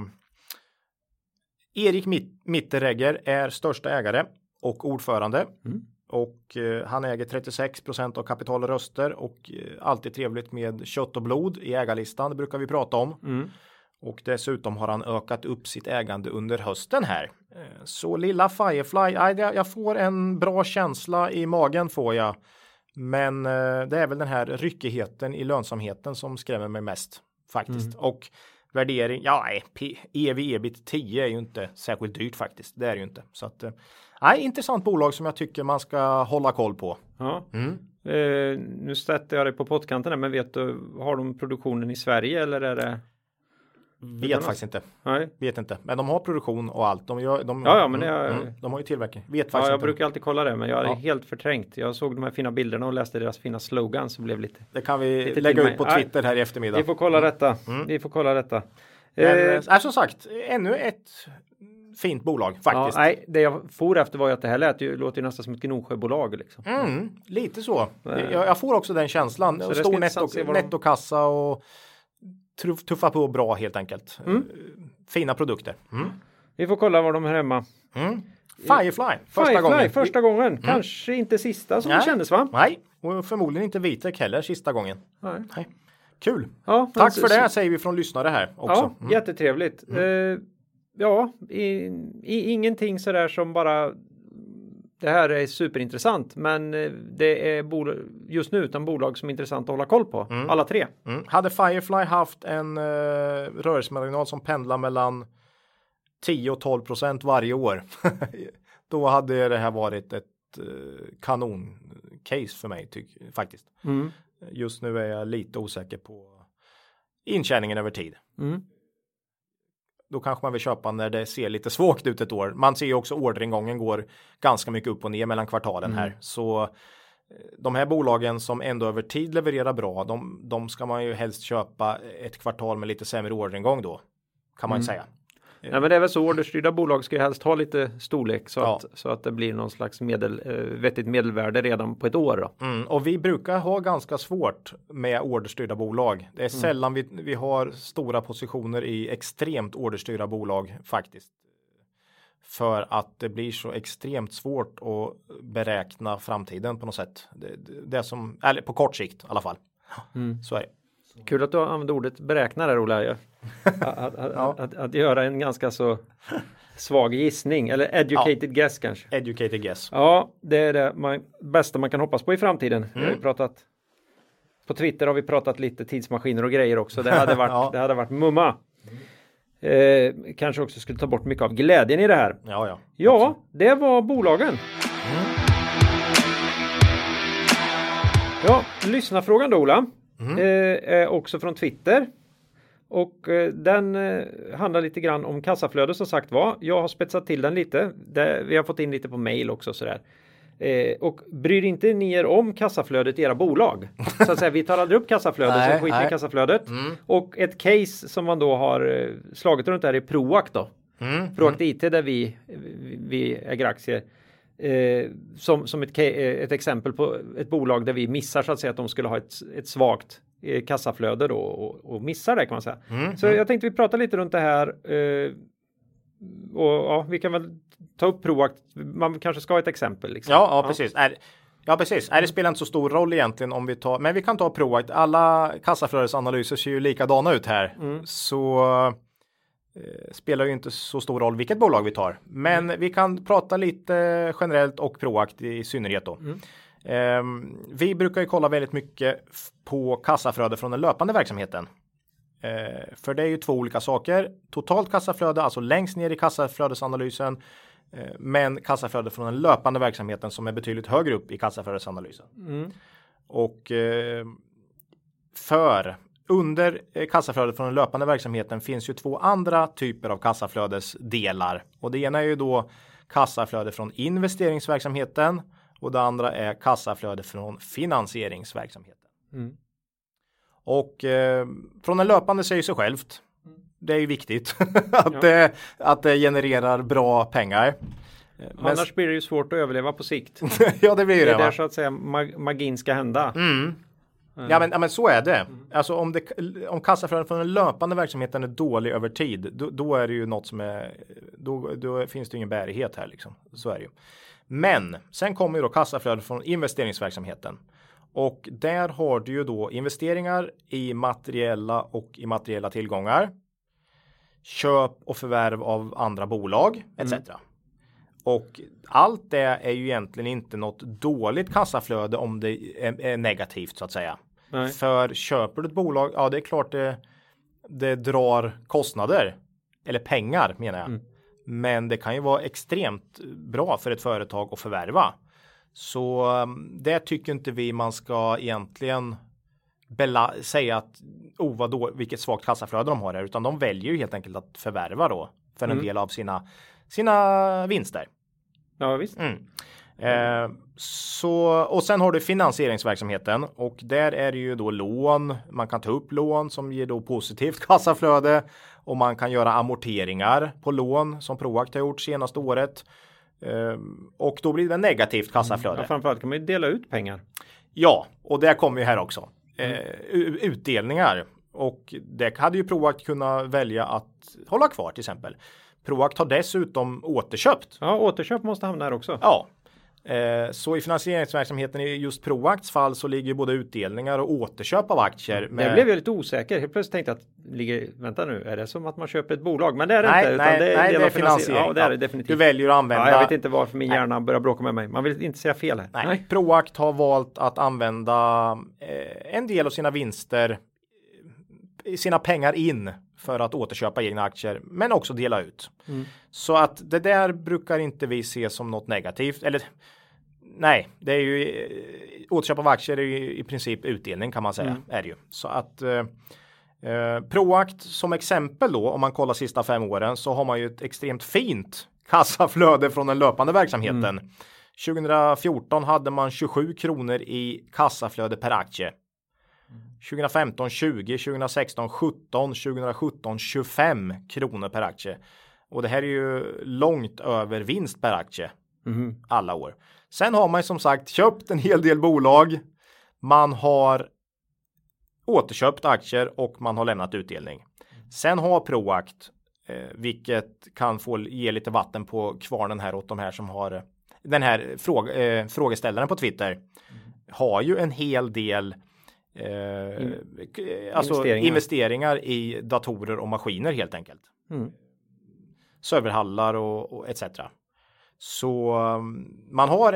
Erik Mitteregger är största ägare och ordförande och han äger 36% av kapital och röster och alltid trevligt med kött och blod i ägarlistan, det brukar vi prata om. Och dessutom har han ökat upp sitt ägande under hösten här. Så lilla Firefly, jag får en bra känsla i magen får jag. Men det är väl den här ryckigheten i lönsamheten som skrämmer mig mest faktiskt. Och värdering, EV/EBIT 10 är ju inte särskilt dyrt faktiskt. Det är det ju inte. Så att, intressant bolag som jag tycker man ska hålla koll på. Ja. Nu sätter jag dig på pottkanten här, men vet du, har de produktionen i Sverige eller är det? Vet faktiskt inte. Nej. Vet inte. Men de har produktion och allt. De har ju tillverkning. Vet faktiskt jag inte. brukar alltid kolla det, men jag är helt förträngt. Jag såg de här fina bilderna och läste deras fina slogans och blev lite. Det kan vi lägga ut på Twitter här i eftermiddag. Vi får kolla detta. Vi får kolla detta. Som sagt, ännu ett fint bolag faktiskt. Det jag for efter var ju att det här låter ju nästan som ett Gnosjöbolag liksom. Lite så. Jag får också den känslan. Stor nettokassa och tuffa på bra helt enkelt. Fina produkter. Vi får kolla var de är hemma. Firefly första gången. Kanske inte sista som det kändes va? Nej, och förmodligen inte Vitek heller sista gången. Nej. Kul. Ja, tack för det säger vi från lyssnare här också. Ja, jättetrevligt. Ingenting sådär som bara det här är superintressant, men det är just nu utan bolag som är intressant att hålla koll på. Alla tre. Hade Firefly haft en rörelsemarginal som pendlar mellan 10 och 12% varje år, då hade det här varit ett kanon-case för mig faktiskt. Just nu är jag lite osäker på intjäningen över tid. Då kanske man vill köpa när det ser lite svårt ut ett år. Man ser ju också orderingången går ganska mycket upp och ner mellan kvartalen här. Så de här bolagen som ändå över tid levererar bra, de ska man ju helst köpa ett kvartal med lite sämre orderingång då. Kan man ju säga. Ja, men det är väl så, orderstyrda bolag ska ju helst ha lite storlek så att det blir någon slags vettigt medelvärde redan på ett år då. Och vi brukar ha ganska svårt med orderstyrda bolag. Det är sällan vi har stora positioner i extremt orderstyrda bolag faktiskt. För att det blir så extremt svårt att beräkna framtiden på något sätt. Det som, eller på kort sikt i alla fall. Så är det. Kul att du använder ordet beräkna där, Ola. Att göra en ganska så svag gissning. Eller educated guess kanske. Educated guess. Ja, det är det bästa man kan hoppas på i framtiden. Vi har pratat, på Twitter har vi pratat lite tidsmaskiner och grejer också. Det hade varit, det hade varit mumma. Kanske också skulle ta bort mycket av glädjen i det här. Ja, det var bolagen. Ja, lyssnarfrågan då, Ola. Är också från Twitter. Och den handlar lite grann om kassaflöde som sagt var. Jag har spetsat till den lite. Vi har fått in lite på mail också sådär. Och bryr inte ni er om kassaflödet i era bolag? Så att säga, vi tar aldrig upp kassaflödet, så skiter i kassaflödet. Och ett case som man då har slagit runt där är Proact då. Proact IT där vi äger aktier. Som ett exempel på ett bolag där vi missar så att säga att de skulle ha ett svagt kassaflöde då och missar det kan man säga. Så jag tänkte vi pratar lite runt det här och vi kan väl ta upp Proact. Man kanske ska ha ett exempel liksom. Precis. Precis. Det spelar inte så stor roll egentligen om vi tar, men vi kan ta Proact. Alla kassaflödesanalyser ser ju likadana ut här. Så spelar ju inte så stor roll vilket bolag vi tar. Men vi kan prata lite generellt och Proact i synnerhet då. Vi brukar ju kolla väldigt mycket på kassaflöde från den löpande verksamheten. För det är ju två olika saker. Totalt kassaflöde, alltså längst ner i kassaflödesanalysen. Men kassaflöde från den löpande verksamheten som är betydligt högre upp i kassaflödesanalysen. Och För under kassaflödet från den löpande verksamheten finns ju 2 andra typer av kassaflödesdelar. Och det ena är ju då kassaflöde från investeringsverksamheten och det andra är kassaflöde från finansieringsverksamheten. Och från den löpande säger sig självt. Det är ju viktigt att det genererar bra pengar. Annars blir det ju svårt att överleva på sikt. Ja, det blir det. Det är där så att säga magin ska hända. Ja, men så är det. Alltså om kassaflödet från den löpande verksamheten är dålig över tid, då är det ju något som är, då finns det ingen bärighet här liksom. Så är det ju. Men sen kommer ju då kassaflödet från investeringsverksamheten. Och där har du ju då investeringar i materiella och immateriella tillgångar. Köp och förvärv av andra bolag etc. Och allt det är ju egentligen inte något dåligt kassaflöde om det är negativt så att säga. Nej. För köper du ett bolag, ja det är klart det drar kostnader. Eller pengar menar jag. Men det kan ju vara extremt bra för ett företag att förvärva. Så det tycker inte vi man ska egentligen säga att vilket svagt kassaflöde de har här. Utan de väljer ju helt enkelt att förvärva då för en del av sina vinster. Ja visst. Och sen har du finansieringsverksamheten och där är det ju då lån. Man kan ta upp lån som ger då positivt kassaflöde och man kan göra amorteringar på lån som Proact har gjort senaste året. Och då blir det negativt kassaflöde. Ja, framförallt kan man ju dela ut pengar. Ja, och det kommer ju här också. Utdelningar. Och det hade ju Proact kunnat välja att hålla kvar till exempel. Proact har dessutom återköpt. Ja, återköp måste hamna här också. Ja. Så i finansieringsverksamheten i just Proacts fall så ligger både utdelningar och återköp av aktier. Det blev jag lite osäker. Helt plötsligt tänkte jag att vänta nu, är det som att man köper ett bolag? Men det är det inte. Nej, det är finansiering. Ja, det är det definitivt. Du väljer att använda. Ja, jag vet inte varför min hjärna börjar bråka med mig. Man vill inte säga fel här. Nej. Proact har valt att använda en del av sina vinster, sina pengar in för att återköpa egna aktier, men också dela ut. Så att det där brukar inte vi se som något negativt. Eller nej, det är ju återköp av aktier är ju i princip utdelning kan man säga. Är det ju. Så att Proact som exempel då, om man kollar sista 5 åren så har man ju ett extremt fint kassaflöde från den löpande verksamheten. 2014 hade man 27 kronor i kassaflöde per aktie. 2015 20, 2016 17, 2017 25 kronor per aktie. Och det här är ju långt över vinst per aktie alla år. Sen har man som sagt köpt en hel del bolag. Man har återköpt aktier och man har lämnat utdelning. Sen har Proact, vilket kan få ge lite vatten på kvarnen här åt de här som har den här frågeställaren på Twitter. Har ju en hel del investeringar i datorer och maskiner helt enkelt. Serverhallar och etc. Så man har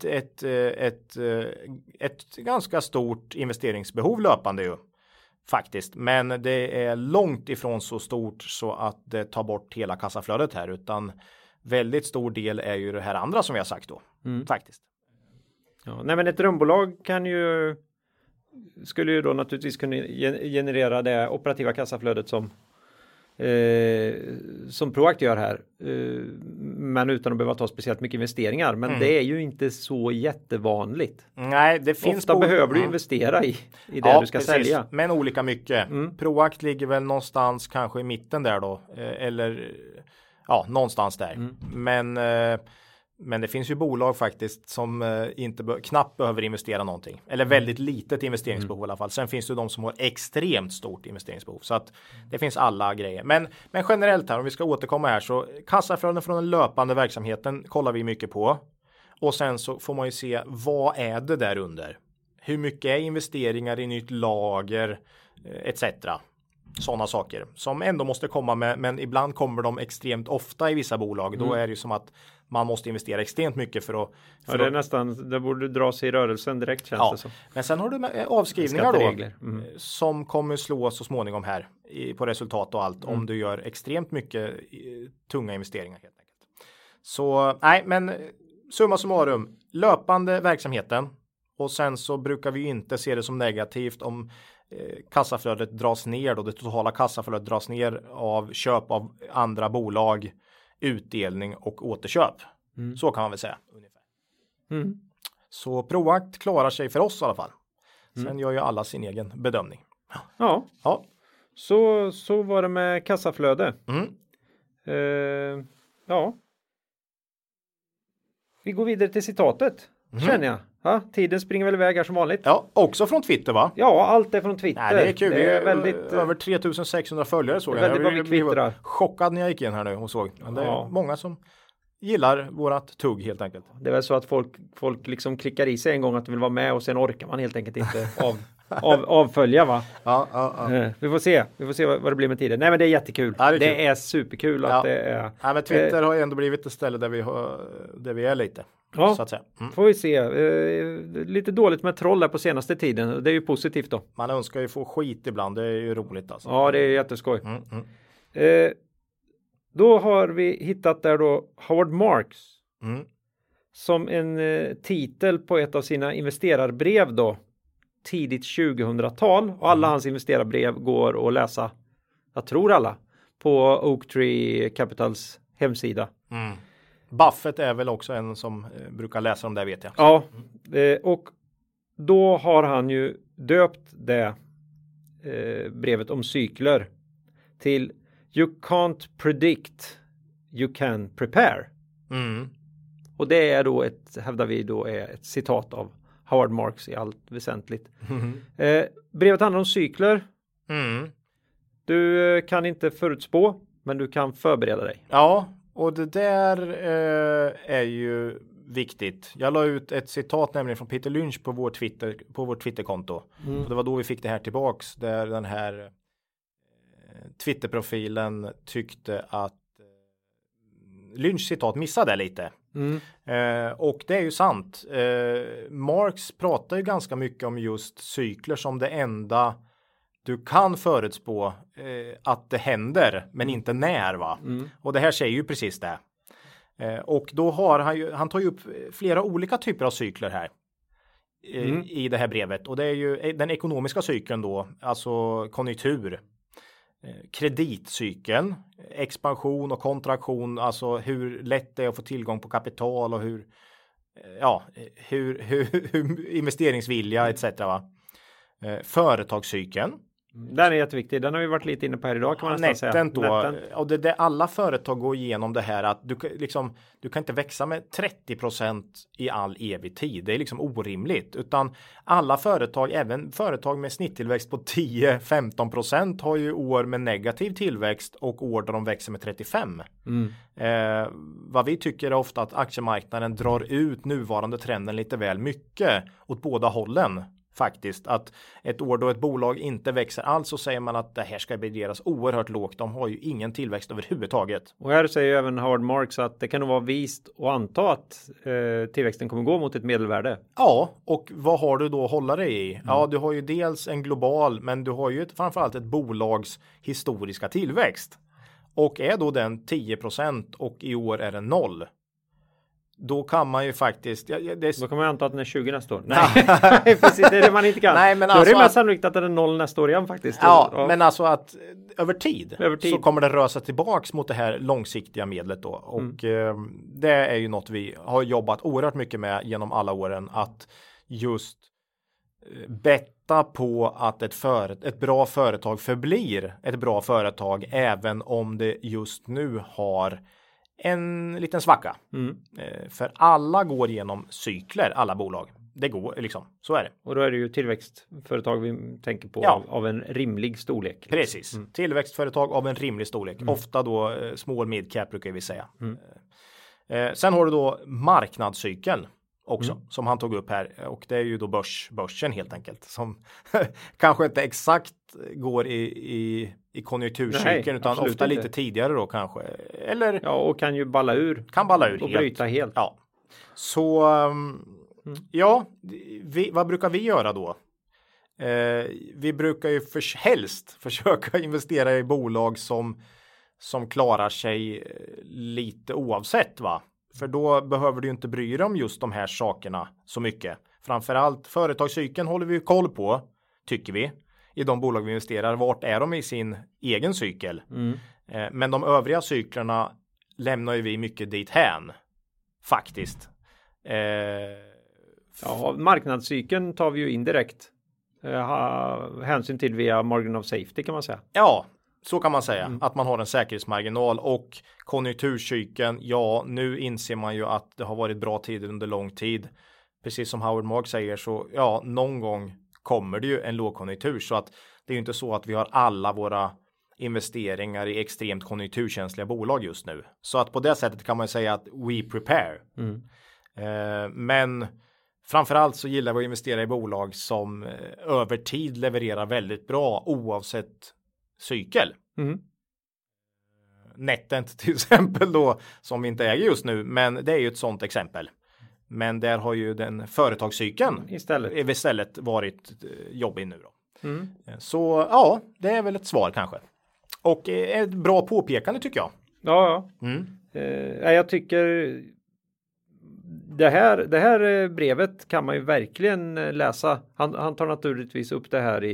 ett ganska stort investeringsbehov löpande ju faktiskt. Men det är långt ifrån så stort så att det tar bort hela kassaflödet här, utan väldigt stor del är ju det här andra som vi har sagt då faktiskt. Ja, nej men ett drömbolag skulle ju då naturligtvis kunna generera det operativa kassaflödet som Proact gör här, men utan att behöva ta speciellt mycket investeringar. Men det är ju inte så jättevanligt. Nej, det finns ofta behöver du investera i det du ska sälja. Men olika mycket. Proact ligger väl någonstans kanske i mitten där då, eller ja, någonstans där. Men det finns ju bolag faktiskt som knappt behöver investera någonting. Eller väldigt litet investeringsbehov i alla fall. Sen finns det de som har extremt stort investeringsbehov. Så att det finns alla grejer. Men generellt här, om vi ska återkomma här, så kassaflöden från den löpande verksamheten kollar vi mycket på. Och sen så får man ju se, vad är det där under? Hur mycket är investeringar i nytt lager etc. Sådana saker som ändå måste komma med, men ibland kommer de extremt ofta i vissa bolag. Då är det ju som att man måste investera extremt mycket för att... det är nästan, det borde dra sig i rörelsen direkt känns det så. Men sen har du avskrivningar då som kommer slå så småningom här på resultat och allt om du gör extremt mycket tunga investeringar helt enkelt. Så nej, men summa summarum, löpande verksamheten, och sen så brukar vi inte se det som negativt om kassaflödet dras ner då, det totala kassaflödet dras ner av köp av andra bolag, utdelning och återköp. Så kan man väl säga. Ungefär. Så Proact klarar sig för oss i alla fall. Sen gör ju alla sin egen bedömning. Ja. Så var det med kassaflöde. Ja. Vi går vidare till citatet, känner jag. Ja, tiden springer väl iväg här som vanligt. Ja, också från Twitter va? Ja, allt är från Twitter. Nej, det är kul. Det är väldigt, över 3600 följare såg jag. Väldigt bra vi kvittrar. Chockad när jag gick in här nu och såg. Men det är många som gillar vårat tugg helt enkelt. Det är väl så att folk liksom klickar i sig en gång att de vill vara med och sen orkar man helt enkelt inte avfölja va? Ja. Vi får se vad det blir med tiden. Nej men det är jättekul. Ja, det är superkul att det är. Ja, men Twitter har ju ändå blivit ett ställe där vi är lite. Ja, så att säga. Får vi se. Lite dåligt med troll där på senaste tiden. Det är ju positivt då. Man önskar ju få skit ibland. Det är ju roligt alltså. Ja, det är jätteskoj. Då har vi hittat där då Howard Marks. Som en titel på ett av sina investerarbrev då. Tidigt 2000-tal. Och alla hans investerarbrev går att läsa. Jag tror alla. På Oaktree Capitals hemsida. Buffett är väl också en som brukar läsa om det vet jag. Ja, och då har han ju döpt det brevet om cykler till You can't predict, you can prepare. Och det är då hävdar vi då är ett citat av Howard Marks i allt väsentligt. Brevet handlar om cykler. Du kan inte förutspå, men du kan förbereda dig. Ja, och det där är ju viktigt. Jag la ut ett citat nämligen från Peter Lynch på vårt Twitterkonto. Och det var då vi fick det här tillbaks. Där den här Twitterprofilen tyckte att Lynch citat missade lite. Och det är ju sant. Marx pratar ju ganska mycket om just cykler som det enda du kan förutspå att det händer, men inte när va? Och det här säger ju precis det. Och då har han tar ju upp flera olika typer av cykler här i det här brevet. Och det är ju den ekonomiska cykeln då, alltså konjunktur. Kreditcykeln, expansion och kontraktion, alltså hur lätt det är att få tillgång på kapital och hur investeringsvilja etc. va? Företagscykeln. Den är jätteviktig. Den har vi varit lite inne på här idag kan man nästan säga. Netten. Och det alla företag går igenom det här att du kan inte växa med 30% i all evig tid. Det är liksom orimligt. Utan alla företag, även företag med snitttillväxt på 10-15% har ju år med negativ tillväxt och år där de växer med 35%. Vad vi tycker är ofta att aktiemarknaden drar ut nuvarande trenden lite väl mycket åt båda hållen. Faktiskt att ett år då ett bolag inte växer alls så säger man att det här ska värderas oerhört lågt. De har ju ingen tillväxt överhuvudtaget. Och här säger ju även Howard Marks att det kan nog vara vist att anta att tillväxten kommer gå mot ett medelvärde. Ja, och vad har du då att hålla dig i? Ja, du har ju dels en global, men du har ju framförallt ett bolags historiska tillväxt. Och är då den 10% och i år är den 0. Då kan man ju faktiskt... Då kan man anta att den är 20 nästa år. Nej, precis, det är det man inte kan. Nej, men då alltså är det mest sannolikt att den är 0 nästa år igen faktiskt. Ja, men alltså att över tid så kommer det röra tillbaks mot det här långsiktiga medlet då. Och det är ju något vi har jobbat oerhört mycket med genom alla åren. Att just betta på att ett bra företag förblir ett bra företag även om det just nu har en liten svacka. För alla går igenom cykler, alla bolag. Det går liksom, så är det. Och då är det ju tillväxtföretag vi tänker på av en rimlig storlek. Precis, tillväxtföretag av en rimlig storlek. Ofta då small mid cap brukar vi säga. Sen har du då marknadscykeln också, som han tog upp här. Och det är ju då börsen helt enkelt. Som kanske inte exakt går i konjunkturcykeln utan ofta lite tidigare då kanske. Eller, ja, och kan ju balla ur. Kan balla ur och helt. Bryta helt. Ja. Så vad brukar vi göra då? Vi brukar ju helst försöka investera i bolag som klarar sig lite oavsett va? För då behöver du inte bry dig om just de här sakerna så mycket. Framförallt företagscykeln håller vi koll på, tycker vi. i de bolag vi investerar. Vart är de i sin egen cykel? Men de övriga cyklerna lämnar ju vi mycket dit hän. Faktiskt. Ja, marknadscykeln tar vi ju indirekt hänsyn till via margin of safety kan man säga. Ja, så kan man säga. Att man har en säkerhetsmarginal. Och konjunkturcykeln, ja, nu inser man ju att det har varit bra tider under lång tid. Precis som Howard Marks säger, så ja, någon gång kommer det ju en lågkonjunktur. Så att det är ju inte så att vi har alla våra investeringar i extremt konjunkturkänsliga bolag just nu. Så att på det sättet kan man säga att we prepare. Men framförallt så gillar vi att investera i bolag som över tid levererar väldigt bra oavsett cykel. Netent till exempel då, som vi inte äger just nu, men det är ju ett sådant exempel. Men där har ju den företagscykeln istället varit jobbig nu då. Så ja, det är väl ett svar kanske. Och ett bra påpekande tycker jag. Ja. Jag tycker det här brevet kan man ju verkligen läsa. Han tar naturligtvis upp det här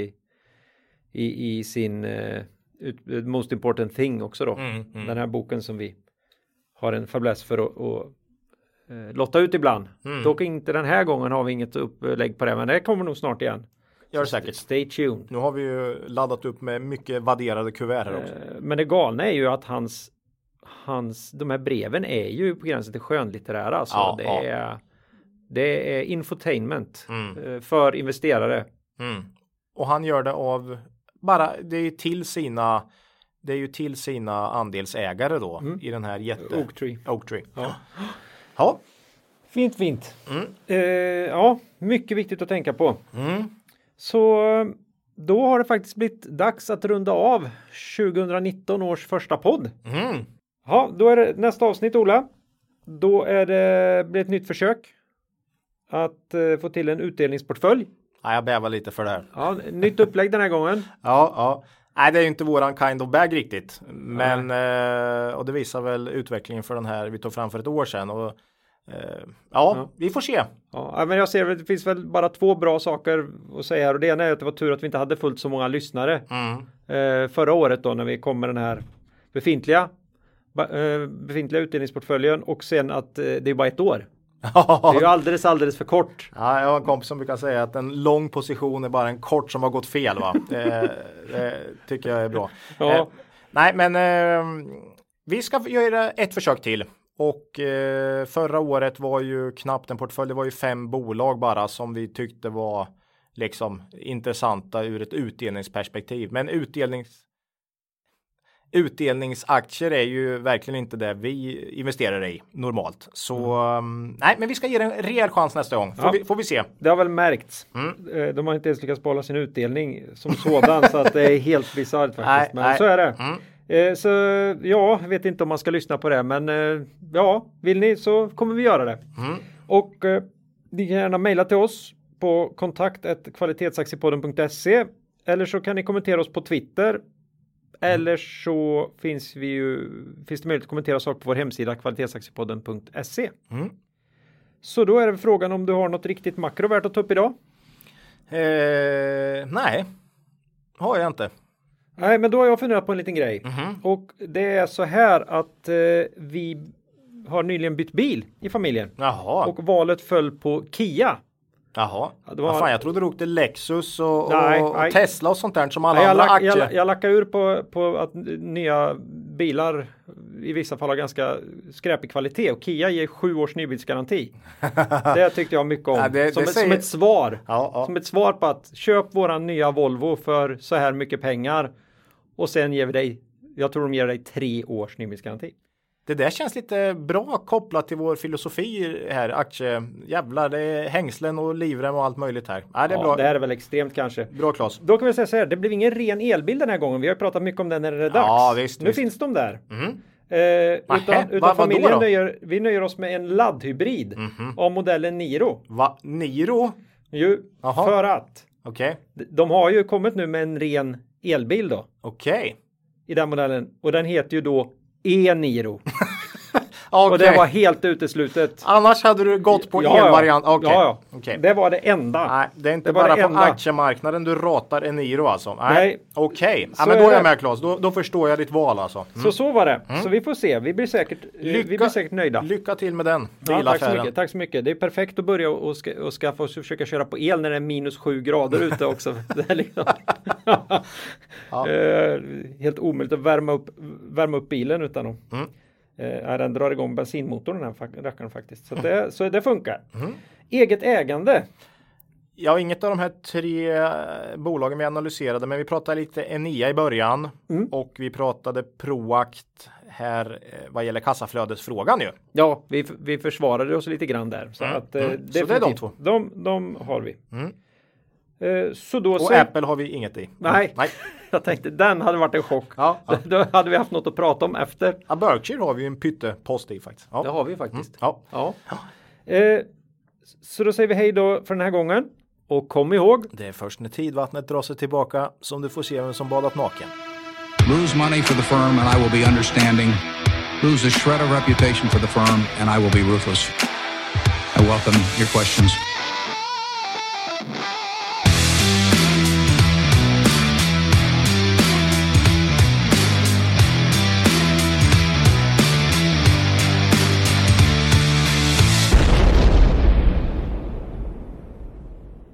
i sin Most Important Thing också då. Den här boken som vi har en fäbless för att lotta ut ibland. Dock inte den här gången har vi inget upplägg på det, men det kommer nog snart igen. Gör det säkert. Stay tuned. Nu har vi ju laddat upp med mycket vadderade kuvert här också. Men det galna är ju att de här breven är ju på gränsen till skönlitterära. Alltså det är infotainment för investerare. Och han gör det av det är ju till sina andelsägare då i den här Oaktree. Ja. Fint. Ja, mycket viktigt att tänka på. Så då har det faktiskt blivit dags att runda av 2019 års första podd. Ja, då är det nästa avsnitt, Ola. Då blir det ett nytt försök att få till en utdelningsportfölj. Ja, jag bävar lite för det här. Ja, nytt upplägg den här gången. Ja. Nej, det är ju inte våran kind of bag riktigt. Men, och det visar väl utvecklingen för den här vi tog fram för ett år sedan. Och vi får se. Ja, men jag ser att det finns väl bara 2 bra saker att säga här. Och det ena är att det var tur att vi inte hade fullt så många lyssnare förra året då när vi kom med den här befintliga utdelningsportföljen. Och sen att det är bara 1 år. Det är ju alldeles för kort. Ja, jag har en kompis som brukar säga att en lång position är bara en kort som har gått fel, va? Det tycker jag är bra. Ja. Nej, men vi ska göra ett försök till. Och förra året var ju knappt en portfölj. Det var ju 5 bolag bara som vi tyckte var liksom intressanta ur ett utdelningsperspektiv. Men utdelningsaktier är ju verkligen inte det vi investerar i normalt. Så nej, men vi ska ge det en rejäl chans nästa gång. Får vi se. Det har väl märkts. De har inte ens lyckats behålla sin utdelning som sådan så att det är helt bisarrt faktiskt. Men så är det. Så ja, jag vet inte om man ska lyssna på det, men ja, vill ni så kommer vi göra det. Och ni kan gärna mejla till oss på kontakt@kvalitetsaktiepodden.se eller så kan ni kommentera oss på Twitter. Eller så finns det möjlighet att kommentera saker på vår hemsida kvalitetsaktiepodden.se. Så då är det frågan om du har något riktigt makro värt att ta upp idag? Nej, har jag inte. Nej, men då har jag funderat på en liten grej. Och det är så här att vi har nyligen bytt bil i familjen. Jaha. Och valet föll på Kia. Jaha, fan, jag trodde du åkte Lexus och Tesla och sånt där som alla andra aktier. Jag lackar ur på att nya bilar i vissa fall har ganska skräpig kvalitet och Kia ger 7 års nybilsgaranti. Det tyckte jag mycket om. Som ett svar. Som ett svar på att köp våran nya Volvo för så här mycket pengar och sen ger vi dig, jag tror de ger dig 3 års nybilsgaranti. Det där känns lite bra kopplat till vår filosofi här. Jävlar, det är hängslen och livrem och allt möjligt här. Det är bra. Det här är väl extremt kanske. Bra, Claes. Då kan vi säga så här, det blev ingen ren elbil den här gången. Vi har pratat mycket om den när det är dags. Ja, visst, nu finns de där. Utan familjen vi nöjer oss med en laddhybrid av modellen Niro. Va? Niro? Jo, för att de har ju kommit nu med en ren elbil då. Okej. I den modellen. Och den heter ju då E-Niro. Och det var helt uteslutet. Annars hade du gått på elvariant. Okay. Ja. Okay. Det var det enda. Nej, det är inte bara på aktiemarknaden du ratar Eniro alltså. Nej. Okej. Ja, men då är jag med, Claes. Då förstår jag ditt val alltså. Så var det. Så vi får se. Vi blir säkert nöjda. Lycka till med den bilaffären. Tack så mycket. Det är perfekt att börja och skaffa oss och försöka köra på el när det är minus 7 grader ute också. Det är liksom helt omöjligt att värma upp bilen utan att den drar igång bensinmotorn, den här rackaren faktiskt. Så det funkar. Eget ägande. Ja, inget av de här 3 bolagen vi analyserade, men vi pratade lite Enea i början och vi pratade Proact här vad gäller kassaflödesfrågan ju. Ja, vi försvarade oss lite grann där. Så det är de 2. De har vi. Och Apple har vi inget i. Nej. Jag tänkte den hade varit en chock. Ja. Då hade vi haft något att prata om efter. Ja, Berkshire har vi en pyttepost i faktiskt. Ja. Det har vi faktiskt. Så då säger vi hej då för den här gången. Och kom ihåg. Det är först när tidvattnet drar sig tillbaka som du får se vem som badat naken. Lose money for the firm and I will be understanding. Lose a shred of reputation for the firm and I will be ruthless. I welcome your questions.